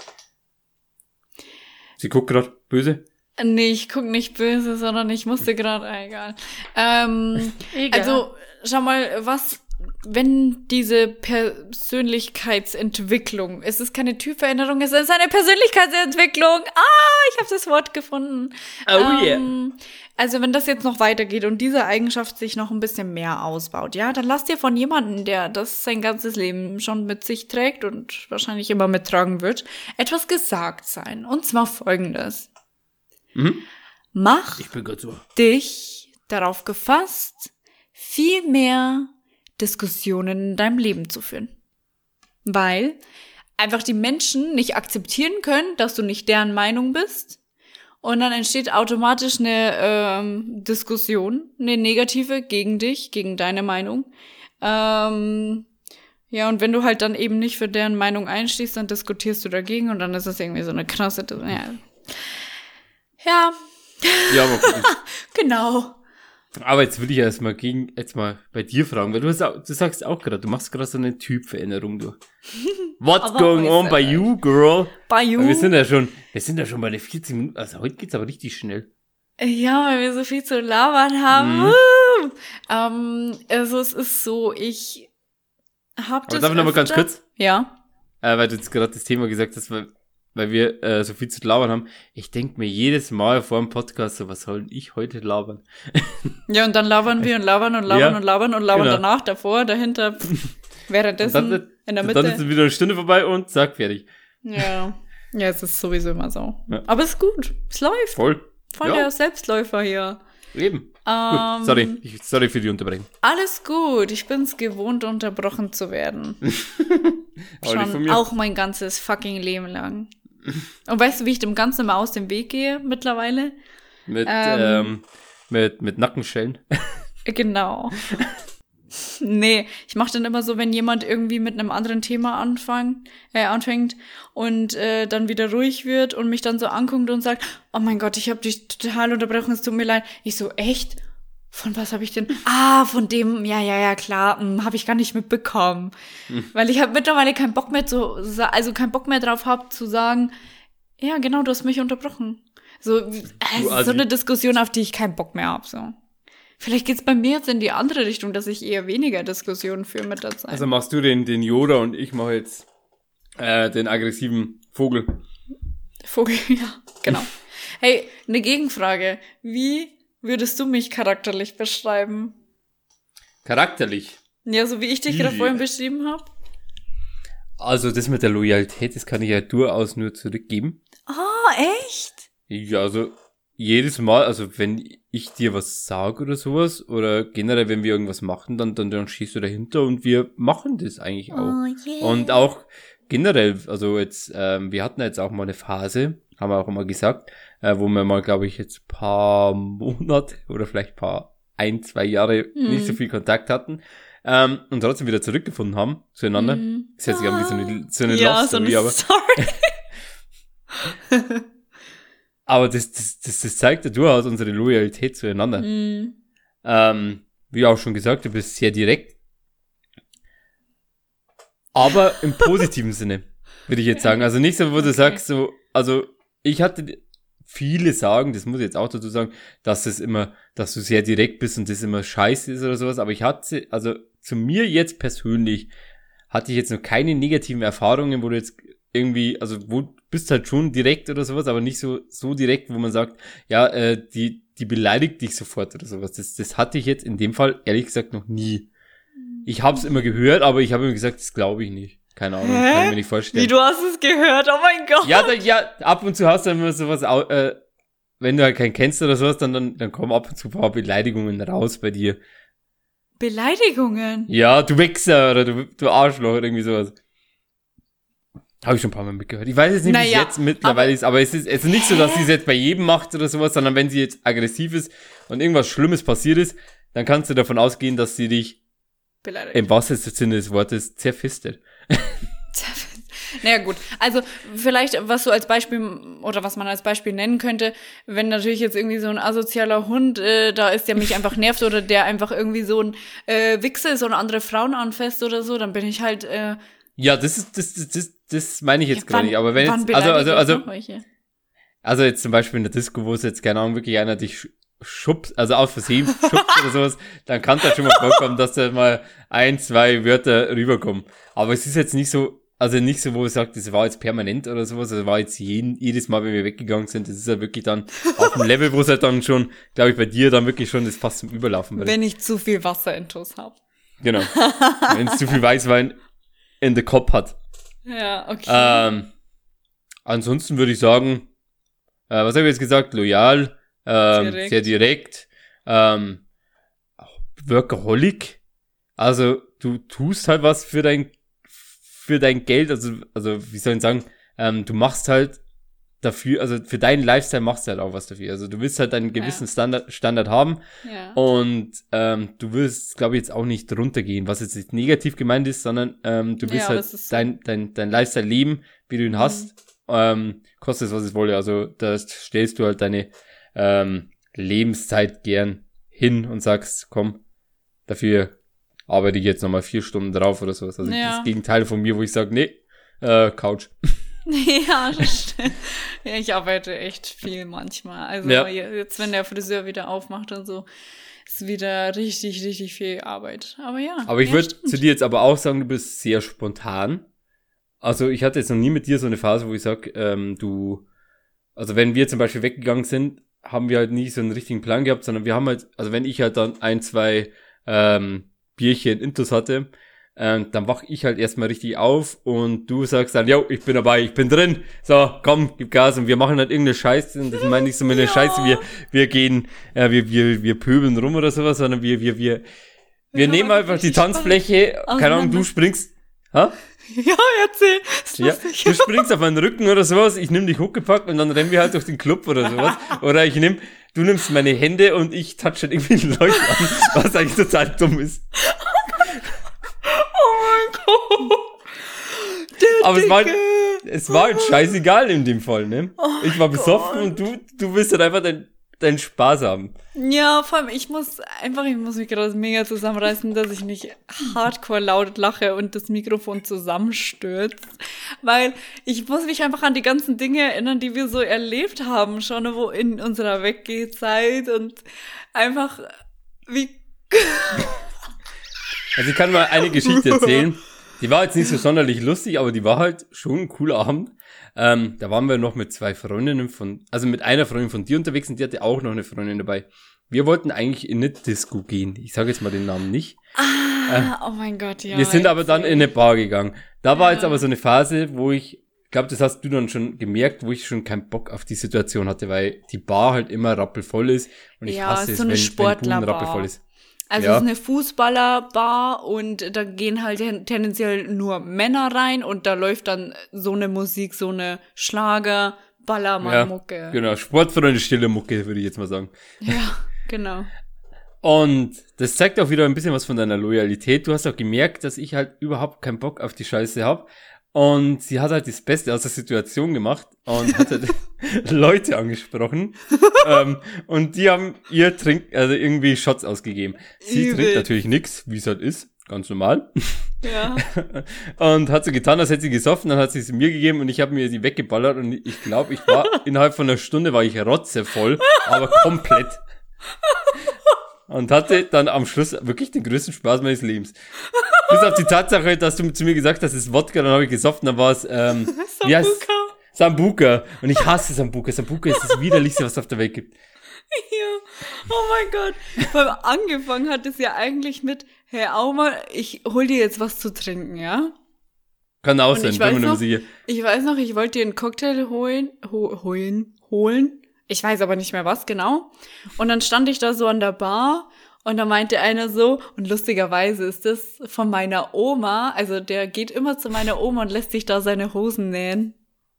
Sie guckt gerade böse. Nee, ich guck nicht böse, sondern ich musste gerade, egal. Egal. Also, schau mal, wenn diese Persönlichkeitsentwicklung, es ist keine Typveränderung, es ist eine Persönlichkeitsentwicklung. Ich habe das Wort gefunden. Oh yeah. Also wenn das jetzt noch weitergeht und diese Eigenschaft sich noch ein bisschen mehr ausbaut, ja, dann lass dir von jemandem, der das sein ganzes Leben schon mit sich trägt und wahrscheinlich immer mittragen wird, etwas gesagt sein. Und zwar Folgendes. Mach dich darauf gefasst, viel mehr Diskussionen in deinem Leben zu führen. Weil einfach die Menschen nicht akzeptieren können, dass du nicht deren Meinung bist. Und dann entsteht automatisch eine Diskussion, eine negative gegen dich, gegen deine Meinung. Ja, und wenn du halt dann eben nicht für deren Meinung einstehst, dann diskutierst du dagegen und dann ist es irgendwie so eine krasse... Ja. Ja, aber gut. Genau. Aber jetzt will ich jetzt mal bei dir fragen, weil du sagst auch gerade, du machst gerade so eine Typveränderung durch. What's going on by you, girl? By you? Weil wir sind ja schon bei den 40 Minuten, also heute geht's aber richtig schnell. Ja, weil wir so viel zu labern haben. Also es ist so, ich hab das. Aber darf ich noch mal ganz kurz? Ja. Weil du jetzt gerade das Thema gesagt hast, weil wir so viel zu labern haben. Ich denke mir jedes Mal vor dem Podcast so, was soll ich heute labern? Ja, und dann labern wir und labern und labern Ja, und labern und labern genau. danach, davor, dahinter, währenddessen, in der Mitte. Dann ist wieder eine Stunde vorbei und zack, fertig. Ja. Ja, es ist sowieso immer so. Ja. Aber es ist gut. Es läuft. Voll. Voll Ja. der Selbstläufer hier. Eben. Gut, sorry für die Unterbrechung. Alles gut. Ich bin's gewohnt, unterbrochen zu werden. Aber nicht von Schon mir. auch mein ganzes fucking Leben lang. Und weißt du, wie ich dem Ganzen immer aus dem Weg gehe mittlerweile? Mit Nackenschellen. Genau. Nee, ich mache dann immer so, wenn jemand irgendwie mit einem anderen Thema anfängt und dann wieder ruhig wird und mich dann so anguckt und sagt, oh mein Gott, ich habe dich total unterbrochen, es tut mir leid. Ich so, echt? Von was habe ich denn? Von dem, ja, klar, habe ich gar nicht mitbekommen. Weil ich mittlerweile keinen Bock mehr keinen Bock mehr drauf habe zu sagen, ja, genau, du hast mich unterbrochen. So, so eine Diskussion, auf die ich keinen Bock mehr habe, so. Vielleicht geht's bei mir jetzt in die andere Richtung, dass ich eher weniger Diskussionen führe mit der Zeit. Also machst du den Yoda und ich mache jetzt den aggressiven Vogel. Vogel, ja, genau. Hey, eine Gegenfrage. Wie würdest du mich charakterlich beschreiben? Charakterlich? Ja, so wie ich dich gerade vorhin beschrieben habe. Also das mit der Loyalität, das kann ich ja durchaus nur zurückgeben. Echt? Ja, also jedes Mal, also wenn ich dir was sage oder sowas, oder generell, wenn wir irgendwas machen, dann stehst du dahinter und wir machen das eigentlich auch. Oh, yeah. Und auch generell, also jetzt, wir hatten jetzt auch mal eine Phase, haben wir auch immer gesagt, wo wir mal, glaube ich, jetzt paar Monate oder vielleicht ein, 2 Jahre nicht so viel Kontakt hatten. Und trotzdem wieder zurückgefunden haben zueinander. Das hört sich an wie so eine Ja, Love so Story, eine Story. aber das zeigt ja durchaus unsere Loyalität zueinander. Wie auch schon gesagt, du bist sehr direkt. Aber im positiven Sinne, würde ich jetzt sagen. Also nicht so, wo du sagst, so, also ich hatte viele sagen, das muss ich jetzt auch dazu sagen, dass du sehr direkt bist und das immer scheiße ist oder sowas, aber ich hatte, also zu mir jetzt persönlich, hatte ich jetzt noch keine negativen Erfahrungen, wo du jetzt irgendwie, also wo bist halt schon direkt oder sowas, aber nicht so direkt, wo man sagt, ja, die beleidigt dich sofort oder sowas. Das hatte ich jetzt in dem Fall ehrlich gesagt noch nie. Ich habe es immer gehört, aber ich habe immer gesagt, das glaube ich nicht. Keine Ahnung, kann ich mir nicht vorstellen. Wie, du hast es gehört? Oh mein Gott. Ja, ab und zu hast du immer sowas, wenn du halt keinen kennst oder sowas, dann kommen ab und zu ein paar Beleidigungen raus bei dir. Beleidigungen? Ja, du Wichser oder du Arschloch oder irgendwie sowas. Habe ich schon ein paar Mal mitgehört. Ich weiß jetzt nicht, wie es jetzt mittlerweile ist, aber es ist nicht so, dass sie es jetzt bei jedem macht oder sowas, sondern wenn sie jetzt aggressiv ist und irgendwas Schlimmes passiert ist, dann kannst du davon ausgehen, dass sie dich beleidigt. Im wahrsten Sinne des Wortes zerfistet. Naja, gut. Also, vielleicht, was so als Beispiel, oder was man als Beispiel nennen könnte, wenn natürlich jetzt irgendwie so ein asozialer Hund da ist, der mich einfach nervt oder der einfach irgendwie so ein Wichser ist und andere Frauen anfasst oder so, dann bin ich halt, Ja, das meine ich jetzt ja, gerade nicht, aber wenn jetzt, also jetzt zum Beispiel in der Disco, wo es jetzt, keine Ahnung, wirklich einer dich schubst, also aus Versehen schubst oder sowas, dann kann das schon mal vorkommen, dass da mal 1, 2 Wörter rüberkommen. Aber es ist jetzt nicht so, also nicht so, wo ich sage, das war jetzt permanent oder sowas, das war jetzt jedes Mal, wenn wir weggegangen sind, das ist halt wirklich dann auf dem Level, wo es halt dann schon, glaube ich, bei dir dann wirklich schon das fast zum Überlaufen wird. Wenn ich zu viel Wasser intus habe. Genau. Wenn es zu viel Weißwein in the Kopf hat. Ja, okay. Ansonsten würde ich sagen, was habe ich jetzt gesagt? Loyal, sehr direkt, Workaholic. Also du tust halt was für dein Geld, also wie soll ich sagen, du machst halt dafür, also für deinen Lifestyle machst du halt auch was dafür. Also du willst halt einen gewissen Standard haben und du willst, glaube ich, jetzt auch nicht runtergehen, was jetzt nicht negativ gemeint ist, sondern du willst halt dein Lifestyle leben, wie du ihn hast, kostet es, was es wolle. Also da stellst du halt deine Lebenszeit gern hin und sagst, komm, dafür arbeite ich jetzt nochmal 4 Stunden drauf oder sowas. Also das Gegenteil von mir, wo ich sage, nee, Couch. Ja, das stimmt. Ja, ich arbeite echt viel manchmal. Also jetzt, wenn der Friseur wieder aufmacht und so, ist wieder richtig, richtig viel Arbeit. Aber ja. Aber ich würde zu dir jetzt aber auch sagen, du bist sehr spontan. Also ich hatte jetzt noch nie mit dir so eine Phase, wo ich sag, also wenn wir zum Beispiel weggegangen sind, haben wir halt nie so einen richtigen Plan gehabt, sondern wir haben halt, also wenn ich halt dann 1, 2 Bierchen Intus hatte, dann wach ich halt erstmal richtig auf und du sagst dann, yo, ich bin dabei, ich bin drin, so, komm, gib Gas und wir machen halt irgendeine Scheiße und das meine ich so mit einer Scheiße, wir gehen, wir pöbeln rum oder sowas, sondern wir nehmen einfach die Tanzfläche, keine Ahnung, du springst, ha? Ja, erzähl, ist lustig. Ja, du springst auf meinen Rücken oder sowas, ich nehme dich hochgepackt und dann rennen wir halt durch den Club oder sowas, oder du nimmst meine Hände und ich touch halt irgendwie die Leute an, was eigentlich total dumm ist. Oh mein Gott. Aber es war halt scheißegal in dem Fall, ne? Ich war besoffen und du willst halt einfach deinen Spaß haben. Ja, vor allem, ich muss mich gerade mega zusammenreißen, dass ich nicht hardcore laut lache und das Mikrofon zusammenstürzt. Weil ich muss mich einfach an die ganzen Dinge erinnern, die wir so erlebt haben, schon wo in unserer Weggehzeit und einfach wie... Also ich kann mal eine Geschichte erzählen. Die war jetzt nicht so sonderlich lustig, aber die war halt schon ein cooler Abend. Da waren wir noch mit 2 Freundinnen mit einer Freundin von dir unterwegs und die hatte auch noch eine Freundin dabei. Wir wollten eigentlich in eine Disco gehen. Ich sage jetzt mal den Namen nicht. Oh mein Gott, ja. Wir sind aber dann in eine Bar gegangen. Da war jetzt aber so eine Phase, wo ich glaube, das hast du dann schon gemerkt, wo ich schon keinen Bock auf die Situation hatte, weil die Bar halt immer rappelvoll ist und ich hasse es, wenn Buden rappelvoll ist. Also es ist eine Fußballerbar und da gehen halt tendenziell nur Männer rein und da läuft dann so eine Musik, so eine Schlager-Ballermann-Mucke. Ja, genau, Sportfreunde, stille Mucke, würde ich jetzt mal sagen. Ja, genau. Und das zeigt auch wieder ein bisschen was von deiner Loyalität. Du hast auch gemerkt, dass ich halt überhaupt keinen Bock auf die Scheiße habe. Und sie hat halt das Beste aus der Situation gemacht und hat halt Leute angesprochen. Und die haben ihr irgendwie Shots ausgegeben. Sie trinkt natürlich nichts, wie es halt ist. Ganz normal. Ja. Und hat so getan, als hätte sie gesoffen, dann hat sie mir gegeben und ich habe mir sie weggeballert und ich glaube, innerhalb von einer Stunde war ich rotzevoll, aber komplett. Und hatte dann am Schluss wirklich den größten Spaß meines Lebens. Bis auf die Tatsache, dass du zu mir gesagt hast, es ist Wodka, dann habe ich gesoffen, dann war es, Sambuca. Und ich hasse Sambuca. Sambuca ist das Widerlichste, was es auf der Welt gibt. Ja, oh mein Gott. Weil angefangen hat es ja eigentlich mit, hey Auma, ich hol dir jetzt was zu trinken, ja? Kann auch sein, bin mir nicht sicher. Ich weiß noch, ich wollte dir einen Cocktail holen. Ich weiß aber nicht mehr was, genau. Und dann stand ich da so an der Bar und da meinte einer so, und lustigerweise ist das von meiner Oma, also der geht immer zu meiner Oma und lässt sich da seine Hosen nähen.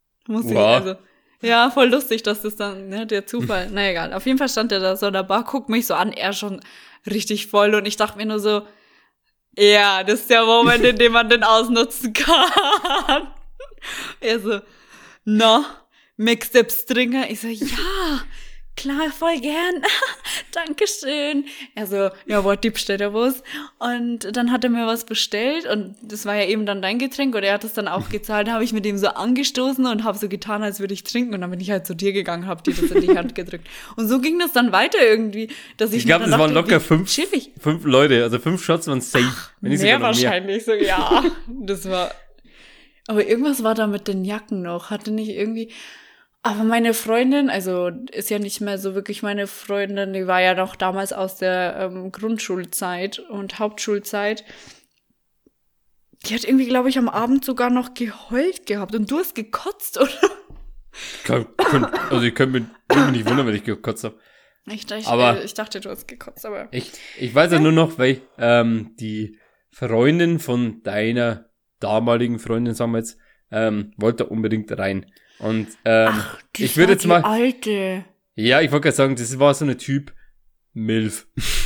Ja, voll lustig, dass das dann, ne, der Zufall, na egal. Auf jeden Fall stand er da so an der Bar, guckt mich so an, er schon richtig voll und ich dachte mir nur so, ja, das ist der Moment, in dem man den ausnutzen kann. Er so, na, Mixed-Stringer. Ich so, ja, klar, voll gern. Dankeschön. Er so, ja, what, die bestellt er was? Und dann hat er mir was bestellt und das war ja eben dann dein Getränk und er hat es dann auch gezahlt. Da habe ich mit ihm so angestoßen und habe so getan, als würde ich trinken und dann bin ich halt zu dir gegangen, habe dir das in die Hand gedrückt. Und so ging das dann weiter irgendwie, dass ich glaube, das waren locker 5 Leute, also 5 Shots waren safe. Mehr wahrscheinlich, so, ja. Das war, aber irgendwas war da mit den Jacken noch, hatte nicht irgendwie... Aber meine Freundin, also ist ja nicht mehr so wirklich meine Freundin, die war ja noch damals aus der Grundschulzeit und Hauptschulzeit. Die hat irgendwie, glaube ich, am Abend sogar noch geheult gehabt und du hast gekotzt, oder? Also ich könnte mich nicht wundern, wenn ich gekotzt habe. Ich dachte, du hast gekotzt, aber... Ich weiß ja nur noch, weil die Freundin von deiner damaligen Freundin, sagen wir jetzt, wollte unbedingt rein. Und Die ich würde jetzt mal... alte. Ja, ich wollte gerade sagen, das war so eine Typ Milf.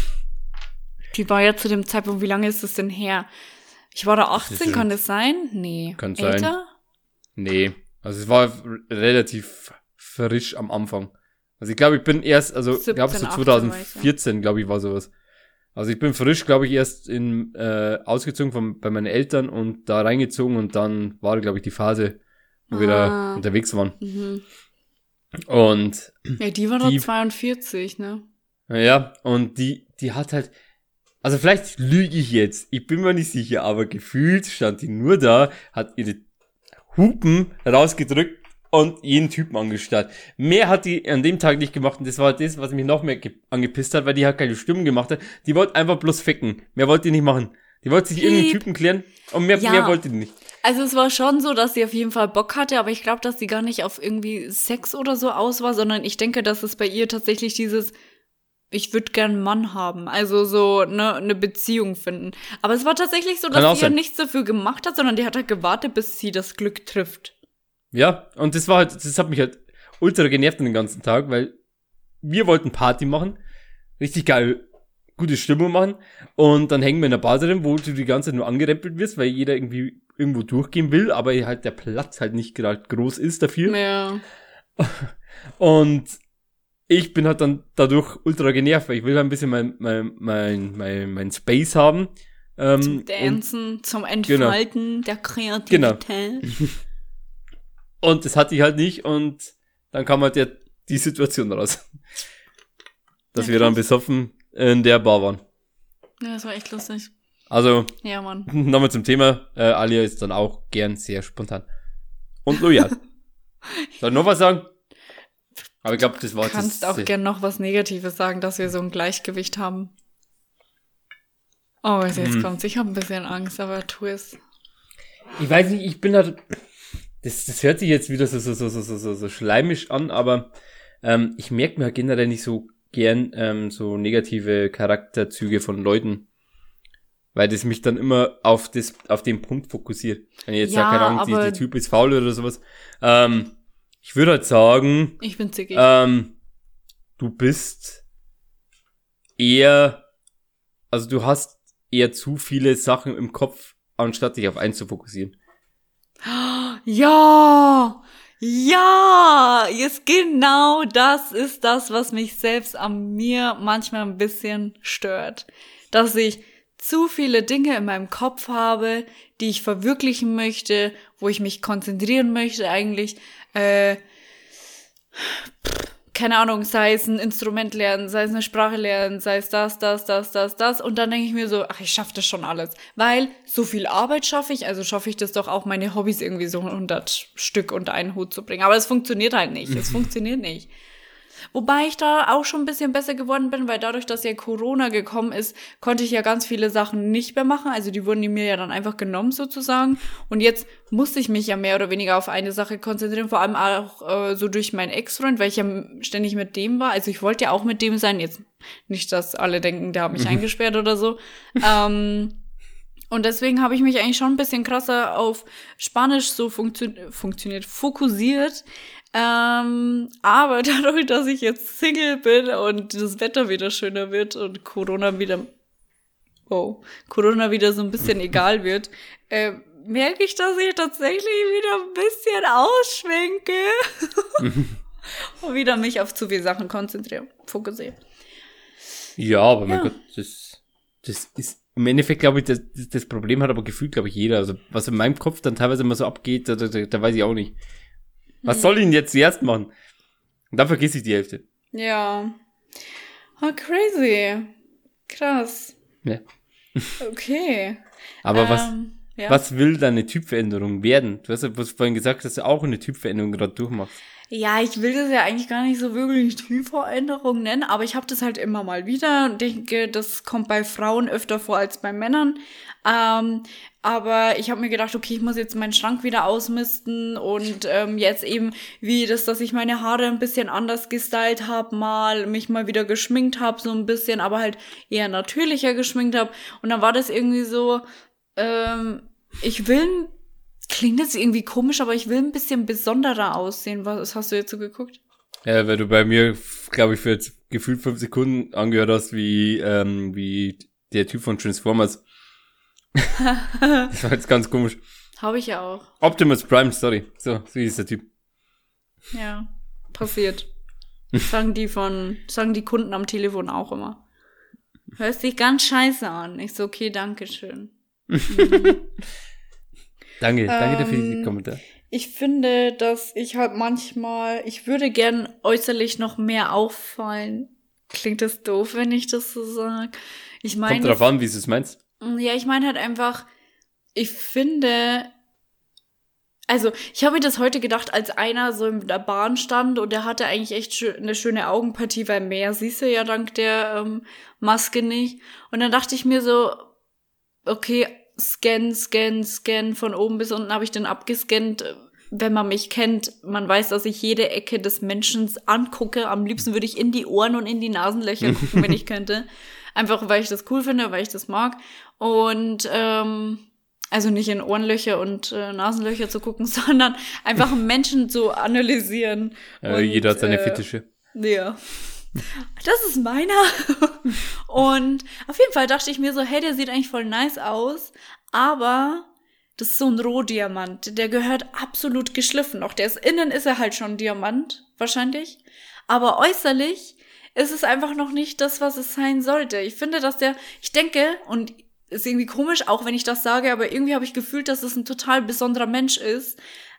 Die war ja zu dem Zeitpunkt, wie lange ist das denn her? Ich war da 18, kann das sein? Nee. Kann Älter? sein. Nee. Also es war relativ frisch am Anfang. Also ich glaube, ich bin erst, also ich glaube so 2014, glaube ich, war sowas. Also ich bin frisch, glaube ich, erst ausgezogen bei meinen Eltern und da reingezogen und dann war, glaube ich, die Phase, wo wir da unterwegs waren. Mhm. Und ja, die war doch 42, ne? ja, und die hat halt, also vielleicht lüge ich jetzt, ich bin mir nicht sicher, aber gefühlt stand die nur da, hat ihre Hupen rausgedrückt und jeden Typen angestarrt. Mehr hat die an dem Tag nicht gemacht und das war das, was mich noch mehr angepisst hat, weil die halt keine Stimmen gemacht hat. Die wollte einfach bloß ficken. Mehr wollte die nicht machen. Die wollte sich irgendeinen Typen klären und mehr wollte die nicht. Also es war schon so, dass sie auf jeden Fall Bock hatte, aber ich glaube, dass sie gar nicht auf irgendwie Sex oder so aus war, sondern ich denke, dass es bei ihr tatsächlich dieses ich würde gern einen Mann haben, also so eine Beziehung finden. Aber es war tatsächlich so, dass sie ja nichts dafür gemacht hat, sondern die hat halt gewartet, bis sie das Glück trifft. Ja, und das hat mich halt ultra genervt den ganzen Tag, weil wir wollten Party machen, richtig geil, gute Stimmung machen und dann hängen wir in der Bar drin, wo du die ganze Zeit nur angerempelt wirst, weil jeder irgendwie irgendwo durchgehen will, aber halt der Platz halt nicht gerade groß ist dafür. Ja. Und ich bin halt dann dadurch ultra genervt, weil ich will halt ein bisschen mein Space haben. Zum Dancen, zum Entfalten der Kreativität. Genau. Und das hatte ich halt nicht und dann kam halt die Situation raus. Dass wir dann besoffen in der Bar waren. Ja, das war echt lustig. Also, ja, Mann. Nochmal zum Thema. Alia ist dann auch gern sehr spontan. Und loyal. Soll ich noch was sagen? Aber ich glaube, das war Du kannst auch gern noch was Negatives sagen, dass wir so ein Gleichgewicht haben. Oh, was jetzt kommt. Ich habe ein bisschen Angst, aber tu es. Ich weiß nicht, ich bin halt... Das hört sich jetzt wieder so schleimisch an, aber ich merke mir halt generell nicht so gern so negative Charakterzüge von Leuten. Weil das mich dann immer auf den Punkt fokussiert. Wenn ich jetzt sage, keine Ahnung, die Typ ist faul oder sowas. Ich würde halt sagen, ich bin zickig. Du bist eher, also du hast eher zu viele Sachen im Kopf, anstatt dich auf eins zu fokussieren. Ja, jetzt genau das ist das, was mich selbst an mir manchmal ein bisschen stört. Dass ich zu viele Dinge in meinem Kopf habe, die ich verwirklichen möchte, wo ich mich konzentrieren möchte eigentlich, keine Ahnung, sei es ein Instrument lernen, sei es eine Sprache lernen, sei es das. Und dann denke ich mir so, ach, ich schaffe das schon alles. Weil so viel Arbeit schaffe ich, also schaffe ich das doch auch, meine Hobbys irgendwie so 100 Stück unter einen Hut zu bringen. Aber es funktioniert halt nicht. Es funktioniert nicht. Wobei ich da auch schon ein bisschen besser geworden bin, weil dadurch, dass ja Corona gekommen ist, konnte ich ja ganz viele Sachen nicht mehr machen. Also die wurden mir ja dann einfach genommen sozusagen. Und jetzt musste ich mich ja mehr oder weniger auf eine Sache konzentrieren, vor allem auch so durch meinen Ex-Freund, weil ich ja ständig mit dem war. Also ich wollte ja auch mit dem sein. Jetzt nicht, dass alle denken, der hat mich eingesperrt oder so. Und deswegen habe ich mich eigentlich schon ein bisschen krasser auf Spanisch so fokussiert. Aber dadurch, dass ich jetzt Single bin und das Wetter wieder schöner wird und Corona wieder so ein bisschen egal wird, merke ich, dass ich tatsächlich wieder ein bisschen ausschwenke und wieder mich auf zu viele Sachen fokussiere. Ja, aber mein Gott, das ist im Endeffekt, glaube ich, das Problem hat aber gefühlt, glaube ich, jeder. Also was in meinem Kopf dann teilweise immer so abgeht, da weiß ich auch nicht. Was soll ich denn jetzt zuerst machen? Und dann vergesse ich die Hälfte. Ja. Oh, crazy. Krass. Ja. Okay. Aber was will deine Typveränderung werden? Du hast ja vorhin gesagt, dass du auch eine Typveränderung gerade durchmachst. Ja, ich will das ja eigentlich gar nicht so wirklich Typveränderung nennen, aber ich habe das halt immer mal wieder und denke, das kommt bei Frauen öfter vor als bei Männern. Aber ich habe mir gedacht, okay, ich muss jetzt meinen Schrank wieder ausmisten und jetzt eben wie das, dass ich meine Haare ein bisschen anders gestylt habe, mich mal wieder geschminkt habe, so ein bisschen, aber halt eher natürlicher geschminkt habe. Und dann war das irgendwie so, ich will klingt jetzt irgendwie komisch, aber ich will ein bisschen besonderer aussehen. Was hast du jetzt so geguckt? Ja, weil du bei mir, glaube ich, für jetzt gefühlt 5 Sekunden angehört hast, wie der Typ von Transformers. Das war jetzt ganz komisch. Habe ich ja auch. Optimus Prime, sorry. So ist der Typ. Ja, passiert. Sagen die Kunden am Telefon auch immer. Hörst dich ganz scheiße an. Ich so, okay, danke schön. Danke dafür den Kommentar. Ich finde, dass ich halt manchmal, ich würde gern äußerlich noch mehr auffallen. Klingt das doof, wenn ich das so sage? Ich meine, kommt drauf an, wie du es meinst. Ja, ich meine halt einfach, ich finde, also ich habe mir das heute gedacht, als einer so in der Bahn stand und der hatte eigentlich echt eine schöne Augenpartie, weil mehr siehst du ja dank der Maske nicht. Und dann dachte ich mir so, okay, Scan, von oben bis unten habe ich den abgescannt. Wenn man mich kennt, man weiß, dass ich jede Ecke des Menschen angucke. Am liebsten würde ich in die Ohren und in die Nasenlöcher gucken, wenn ich könnte. Einfach, weil ich das cool finde, weil ich das mag. Und also nicht in Ohrenlöcher und Nasenlöcher zu gucken, sondern einfach einen Menschen zu analysieren. Und, jeder hat seine Fittiche. Ja. Das ist meiner. Und auf jeden Fall dachte ich mir so, hey, der sieht eigentlich voll nice aus, aber das ist so ein Rohdiamant. Der gehört absolut geschliffen noch. Innen ist er halt schon Diamant, wahrscheinlich. Aber äußerlich ist es einfach noch nicht das, was es sein sollte. Ich finde, ich denke, und ist irgendwie komisch, auch wenn ich das sage, aber irgendwie habe ich gefühlt, dass es ein total besonderer Mensch ist,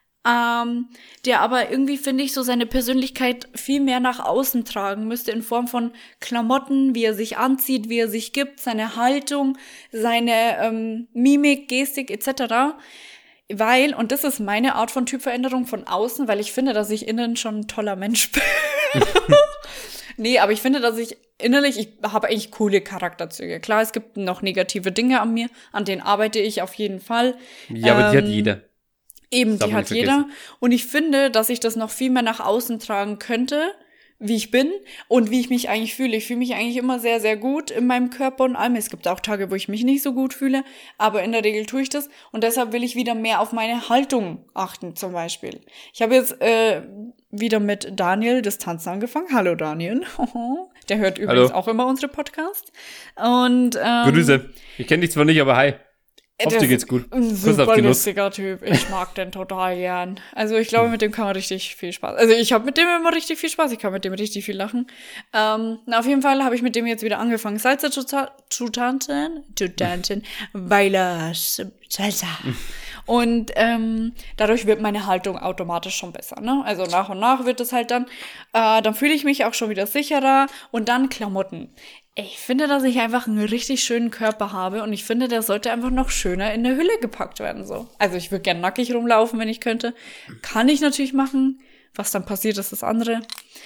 der aber irgendwie, finde ich, so seine Persönlichkeit viel mehr nach außen tragen müsste in Form von Klamotten, wie er sich anzieht, wie er sich gibt, seine Haltung, seine Mimik, Gestik etc. Weil, und das ist meine Art von Typveränderung von außen, weil ich finde, dass ich innen schon ein toller Mensch bin. Nee, aber ich finde, dass ich habe eigentlich coole Charakterzüge. Klar, es gibt noch negative Dinge an mir, an denen arbeite ich auf jeden Fall. Ja, aber die hat jeder. Eben, die hat jeder. Und ich finde, dass ich das noch viel mehr nach außen tragen könnte, wie ich bin und wie ich mich eigentlich fühle. Ich fühle mich eigentlich immer sehr, sehr gut in meinem Körper und allem. Es gibt auch Tage, wo ich mich nicht so gut fühle, aber in der Regel tue ich das. Und deshalb will ich wieder mehr auf meine Haltung achten, zum Beispiel. Ich habe jetzt wieder mit Daniel das Tanzen angefangen. Hallo Daniel. Der hört übrigens auch immer unsere Podcasts. Und Grüße. Ich kenne dich zwar nicht, aber hi. Hoffe, dir geht's gut. Ein super lustiger Typ. Ich mag den total gern. Also ich glaube, mit dem kann man richtig viel Spaß. Also ich habe mit dem immer richtig viel Spaß. Ich kann mit dem richtig viel lachen. Auf jeden Fall habe ich mit dem jetzt wieder angefangen, Salsa zu tanzen, Salsa. Und dadurch wird meine Haltung automatisch schon besser, ne? Also nach und nach wird es halt dann fühle ich mich auch schon wieder sicherer. Und dann Klamotten. Ich finde, dass ich einfach einen richtig schönen Körper habe und ich finde, der sollte einfach noch schöner in eine Hülle gepackt werden, so. Also ich würde gern nackig rumlaufen, wenn ich könnte. Kann ich natürlich machen. Was dann passiert, ist das andere.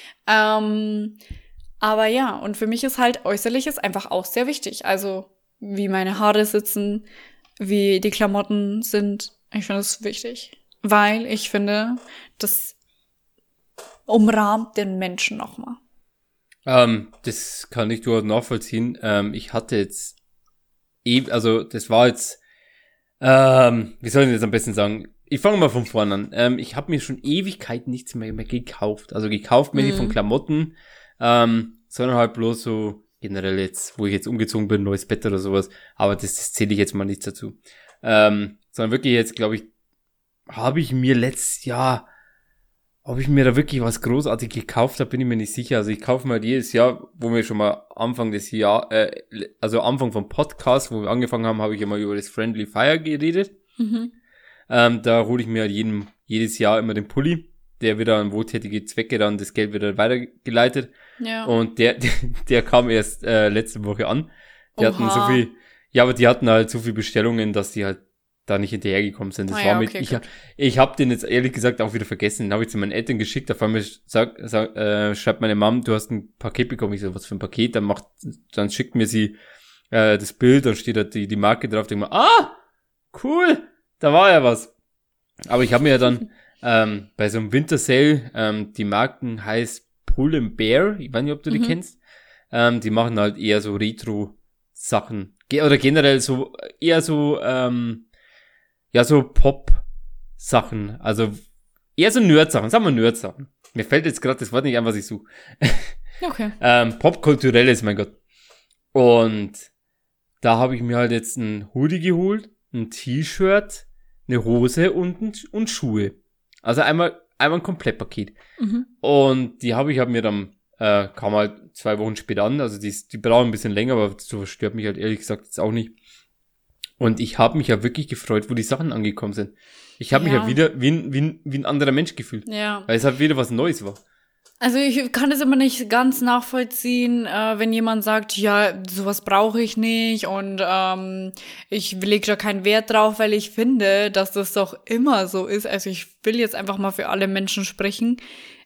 Aber ja, und für mich ist halt Äußerliches einfach auch sehr wichtig. Also wie meine Haare sitzen, wie die Klamotten sind. Ich finde das wichtig. Weil ich finde, das umrahmt den Menschen nochmal. Das kann ich durchaus nachvollziehen. Ich hatte jetzt also das war jetzt, wie soll ich das am besten sagen? Ich fange mal von vorne an. Ich habe mir schon Ewigkeiten nichts mehr gekauft. Also gekauft mir nicht von Klamotten, sondern halt bloß so generell jetzt, wo ich jetzt umgezogen bin, neues Bett oder sowas. Aber das zähle ich jetzt mal nicht dazu. Sondern wirklich jetzt, glaube ich, habe ich mir letztes Jahr, ob ich mir da wirklich was großartig gekauft habe, bin ich mir nicht sicher. Also ich kaufe mir halt jedes Jahr, wo wir schon mal Anfang des Jahres, also Anfang vom Podcast, wo wir angefangen haben, habe ich ja mal über das Friendly Fire geredet. Da hole ich mir halt jedes Jahr immer den Pulli. Der wird an wohltätige Zwecke dann, das Geld wird dann weitergeleitet. Ja. Und der kam erst letzte Woche an. Die hatten so viel, ja, aber die hatten halt so viel Bestellungen, dass die halt da nicht hinterhergekommen sind. Das war ich habe den jetzt ehrlich gesagt auch wieder vergessen. Den habe ich zu meinen Eltern geschickt. Auf einmal schreibt meine Mom, du hast ein Paket bekommen. Ich so, was für ein Paket? Dann schickt mir sie das Bild, dann steht da die Marke drauf. Denke mal, cool, da war ja was. Aber ich habe mir ja dann bei so einem Winter Sale, die Marken heißt Pull & Bear, ich weiß nicht, ob du die kennst. Die machen halt eher so Retro-Sachen. Oder generell so eher so so Pop, Sachen. Also eher so Nerd-Sachen. Sagen wir Nerd-Sachen. Mir fällt jetzt gerade das Wort nicht ein, was ich suche. Okay. Popkulturelles, mein Gott. Und da habe ich mir halt jetzt ein Hoodie geholt, ein T-Shirt, eine Hose und Schuhe. Also einmal ein Komplettpaket. Und die habe ich mir dann, kam halt 2 Wochen später an. Also die brauchen ein bisschen länger, aber so stört mich halt ehrlich gesagt jetzt auch nicht. Und ich habe mich ja wirklich gefreut, wo die Sachen angekommen sind. Ich habe mich ja wieder wie ein anderer Mensch gefühlt. Ja. Weil es halt wieder was Neues war. Also ich kann es immer nicht ganz nachvollziehen, wenn jemand sagt, ja, sowas brauche ich nicht und ich lege da keinen Wert drauf, weil ich finde, dass das doch immer so ist. Also ich will jetzt einfach mal für alle Menschen sprechen.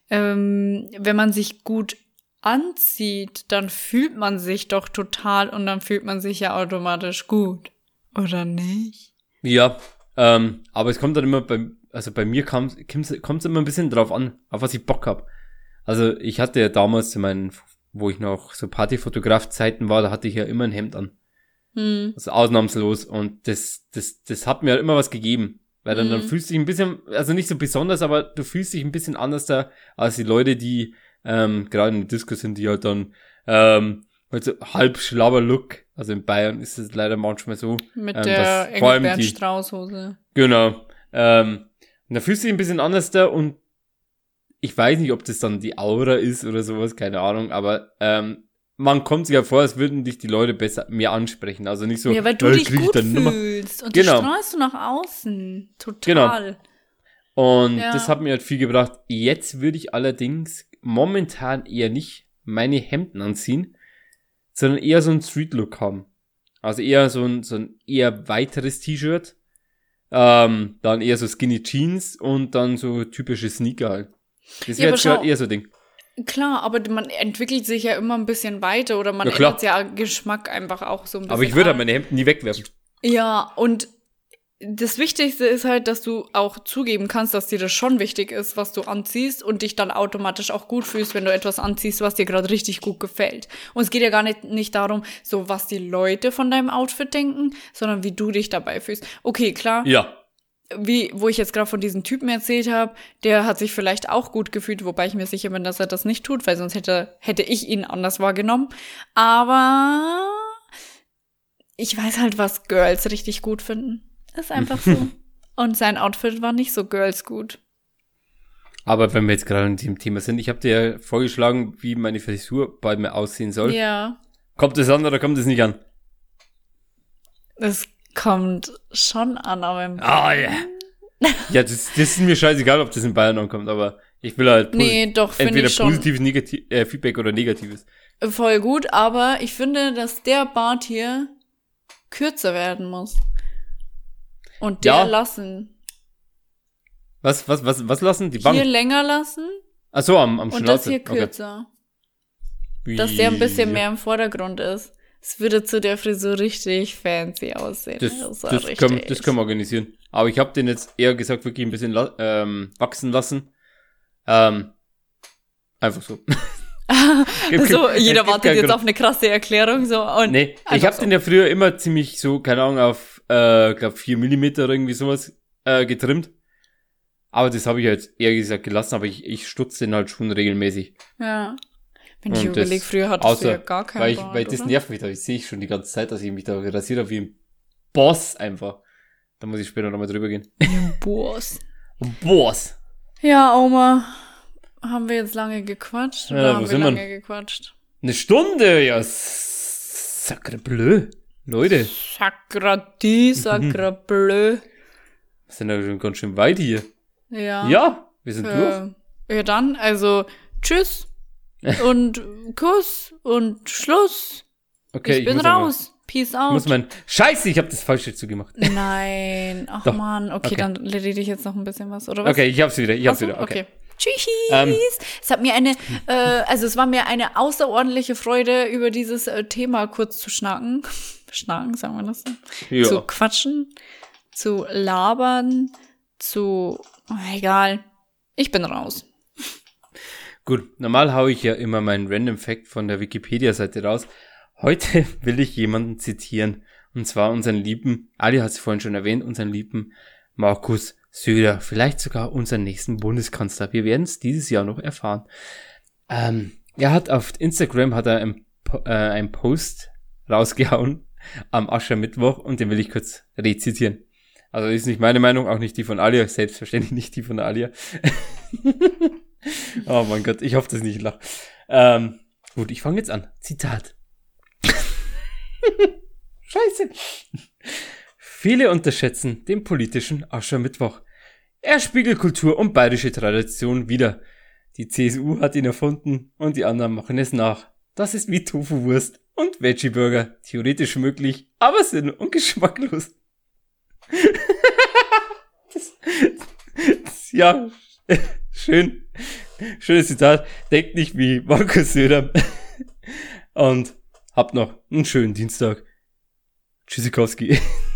Wenn man sich gut anzieht, dann fühlt man sich doch total und dann fühlt man sich ja automatisch gut. Oder nicht? Ja, aber es kommt dann immer bei mir kommt's immer ein bisschen drauf an, auf was ich Bock hab. Also ich hatte ja damals wo ich noch so Partyfotograf-Zeiten war, da hatte ich ja immer ein Hemd an. Also ausnahmslos. Und das hat mir halt immer was gegeben. Weil dann fühlst du dich ein bisschen, also nicht so besonders, aber du fühlst dich ein bisschen anders da, als die Leute, die gerade in der Disco sind, die halt dann halt so halb schlauer Look. Also in Bayern ist es leider manchmal so. Mit der Engelbert Strauß-Hose. Genau. Und da fühlst du dich ein bisschen anders da und ich weiß nicht, ob das dann die Aura ist oder sowas, keine Ahnung, aber man kommt sich ja vor, als würden dich die Leute mehr ansprechen. Also nicht so, ja, weil du dich gut fühlst und genau. Das strahlst du nach außen. Total. Genau. Und das hat mir halt viel gebracht. Jetzt würde ich allerdings momentan eher nicht meine Hemden anziehen, sondern eher so einen Street-Look haben. Also eher so ein eher weiteres T-Shirt, dann eher so Skinny Jeans und dann so typische Sneaker halt. Das wäre jetzt gerade eher so ein Ding. Klar, aber man entwickelt sich ja immer ein bisschen weiter oder man ändert ja Geschmack einfach auch so ein bisschen. Aber ich würde halt meine Hemden nie wegwerfen. Ja, und das Wichtigste ist halt, dass du auch zugeben kannst, dass dir das schon wichtig ist, was du anziehst und dich dann automatisch auch gut fühlst, wenn du etwas anziehst, was dir gerade richtig gut gefällt. Und es geht ja gar nicht darum, so was die Leute von deinem Outfit denken, sondern wie du dich dabei fühlst. Okay, klar. Ja. Wo ich jetzt gerade von diesem Typen erzählt habe, der hat sich vielleicht auch gut gefühlt, wobei ich mir sicher bin, dass er das nicht tut, weil sonst hätte ich ihn anders wahrgenommen. Aber ich weiß halt, was Girls richtig gut finden. Ist einfach so. Und sein Outfit war nicht so Girls gut. Aber wenn wir jetzt gerade in diesem Thema sind, ich habe dir ja vorgeschlagen, wie meine Frisur bald mehr aussehen soll. Ja. Kommt es an oder kommt es nicht an? Es kommt schon an, aber im ja. Ja, das ist mir scheißegal, ob das in Bayern ankommt, aber ich will halt entweder positives Feedback oder negatives. Voll gut, aber ich finde, dass der Bart hier kürzer werden muss. Und der lassen. Was lassen? Die Wangen? Hier länger lassen. Ach so, am Schnauze. Und das hier kürzer. Okay. Dass der ein bisschen mehr im Vordergrund ist. Es würde zu der Frisur richtig fancy aussehen. Das können wir organisieren. Aber ich habe den jetzt eher gesagt wirklich ein bisschen wachsen lassen. Einfach so. So, jeder wartet jetzt auf eine krasse Erklärung. So, und nee, ich habe den ja früher immer ziemlich so, keine Ahnung, auf, glaube 4 Millimeter oder irgendwie sowas getrimmt. Aber das habe ich jetzt eher gesagt gelassen, aber ich stutze den halt schon regelmäßig. Ja. Wenn ich überlege, früher hattest du ja gar keinen Bart, weil das nervt mich da. Ich sehe schon die ganze Zeit, dass ich mich da rasiert habe wie ein Boss einfach. Da muss ich später nochmal drüber gehen. Ein Boss. Ein Boss. Ja, Oma. Haben wir jetzt lange gequatscht? Oder haben wir lange gequatscht? Eine Stunde, ja. Sacre bleu. Leute. Sacre bleu. Wir sind ja schon ganz schön weit hier. Ja. Ja, wir sind durch. Ja, dann, also, tschüss. Und Kuss und Schluss. Okay, ich bin raus. Peace out. Scheiße, ich habe das Falsche zugemacht. Nein. Ach doch. Mann. Okay, dann rede ich jetzt noch ein bisschen was, oder was? Okay, ich hab's wieder. Okay. Tschüss. Es hat mir es war mir eine außerordentliche Freude, über dieses Thema kurz zu schnacken. Schnacken, sagen wir das so. Ja. Zu quatschen, zu labern, egal. Ich bin raus. Gut, normal haue ich ja immer meinen Random Fact von der Wikipedia-Seite raus. Heute will ich jemanden zitieren. Und zwar unseren lieben, Ali hat es vorhin schon erwähnt, unseren lieben Markus Söder, vielleicht sogar unseren nächsten Bundeskanzler. Wir werden es dieses Jahr noch erfahren. Er hat auf Instagram einen Post rausgehauen am Aschermittwoch und den will ich kurz rezitieren. Also ist nicht meine Meinung, auch nicht die von Alia, selbstverständlich nicht die von Alia. Oh mein Gott, ich hoffe, dass ich nicht lache. Gut, ich fange jetzt an. Zitat. Scheiße. Viele unterschätzen den politischen Aschermittwoch. Er spiegelt Kultur und bayerische Tradition wider. Die CSU hat ihn erfunden und die anderen machen es nach. Das ist wie Tofu-Wurst und Veggie-Burger. Theoretisch möglich, aber sinn- und geschmacklos. Ja, schön. Schönes Zitat. Denkt nicht wie Markus Söder. Und habt noch einen schönen Dienstag. Tschüssikowski.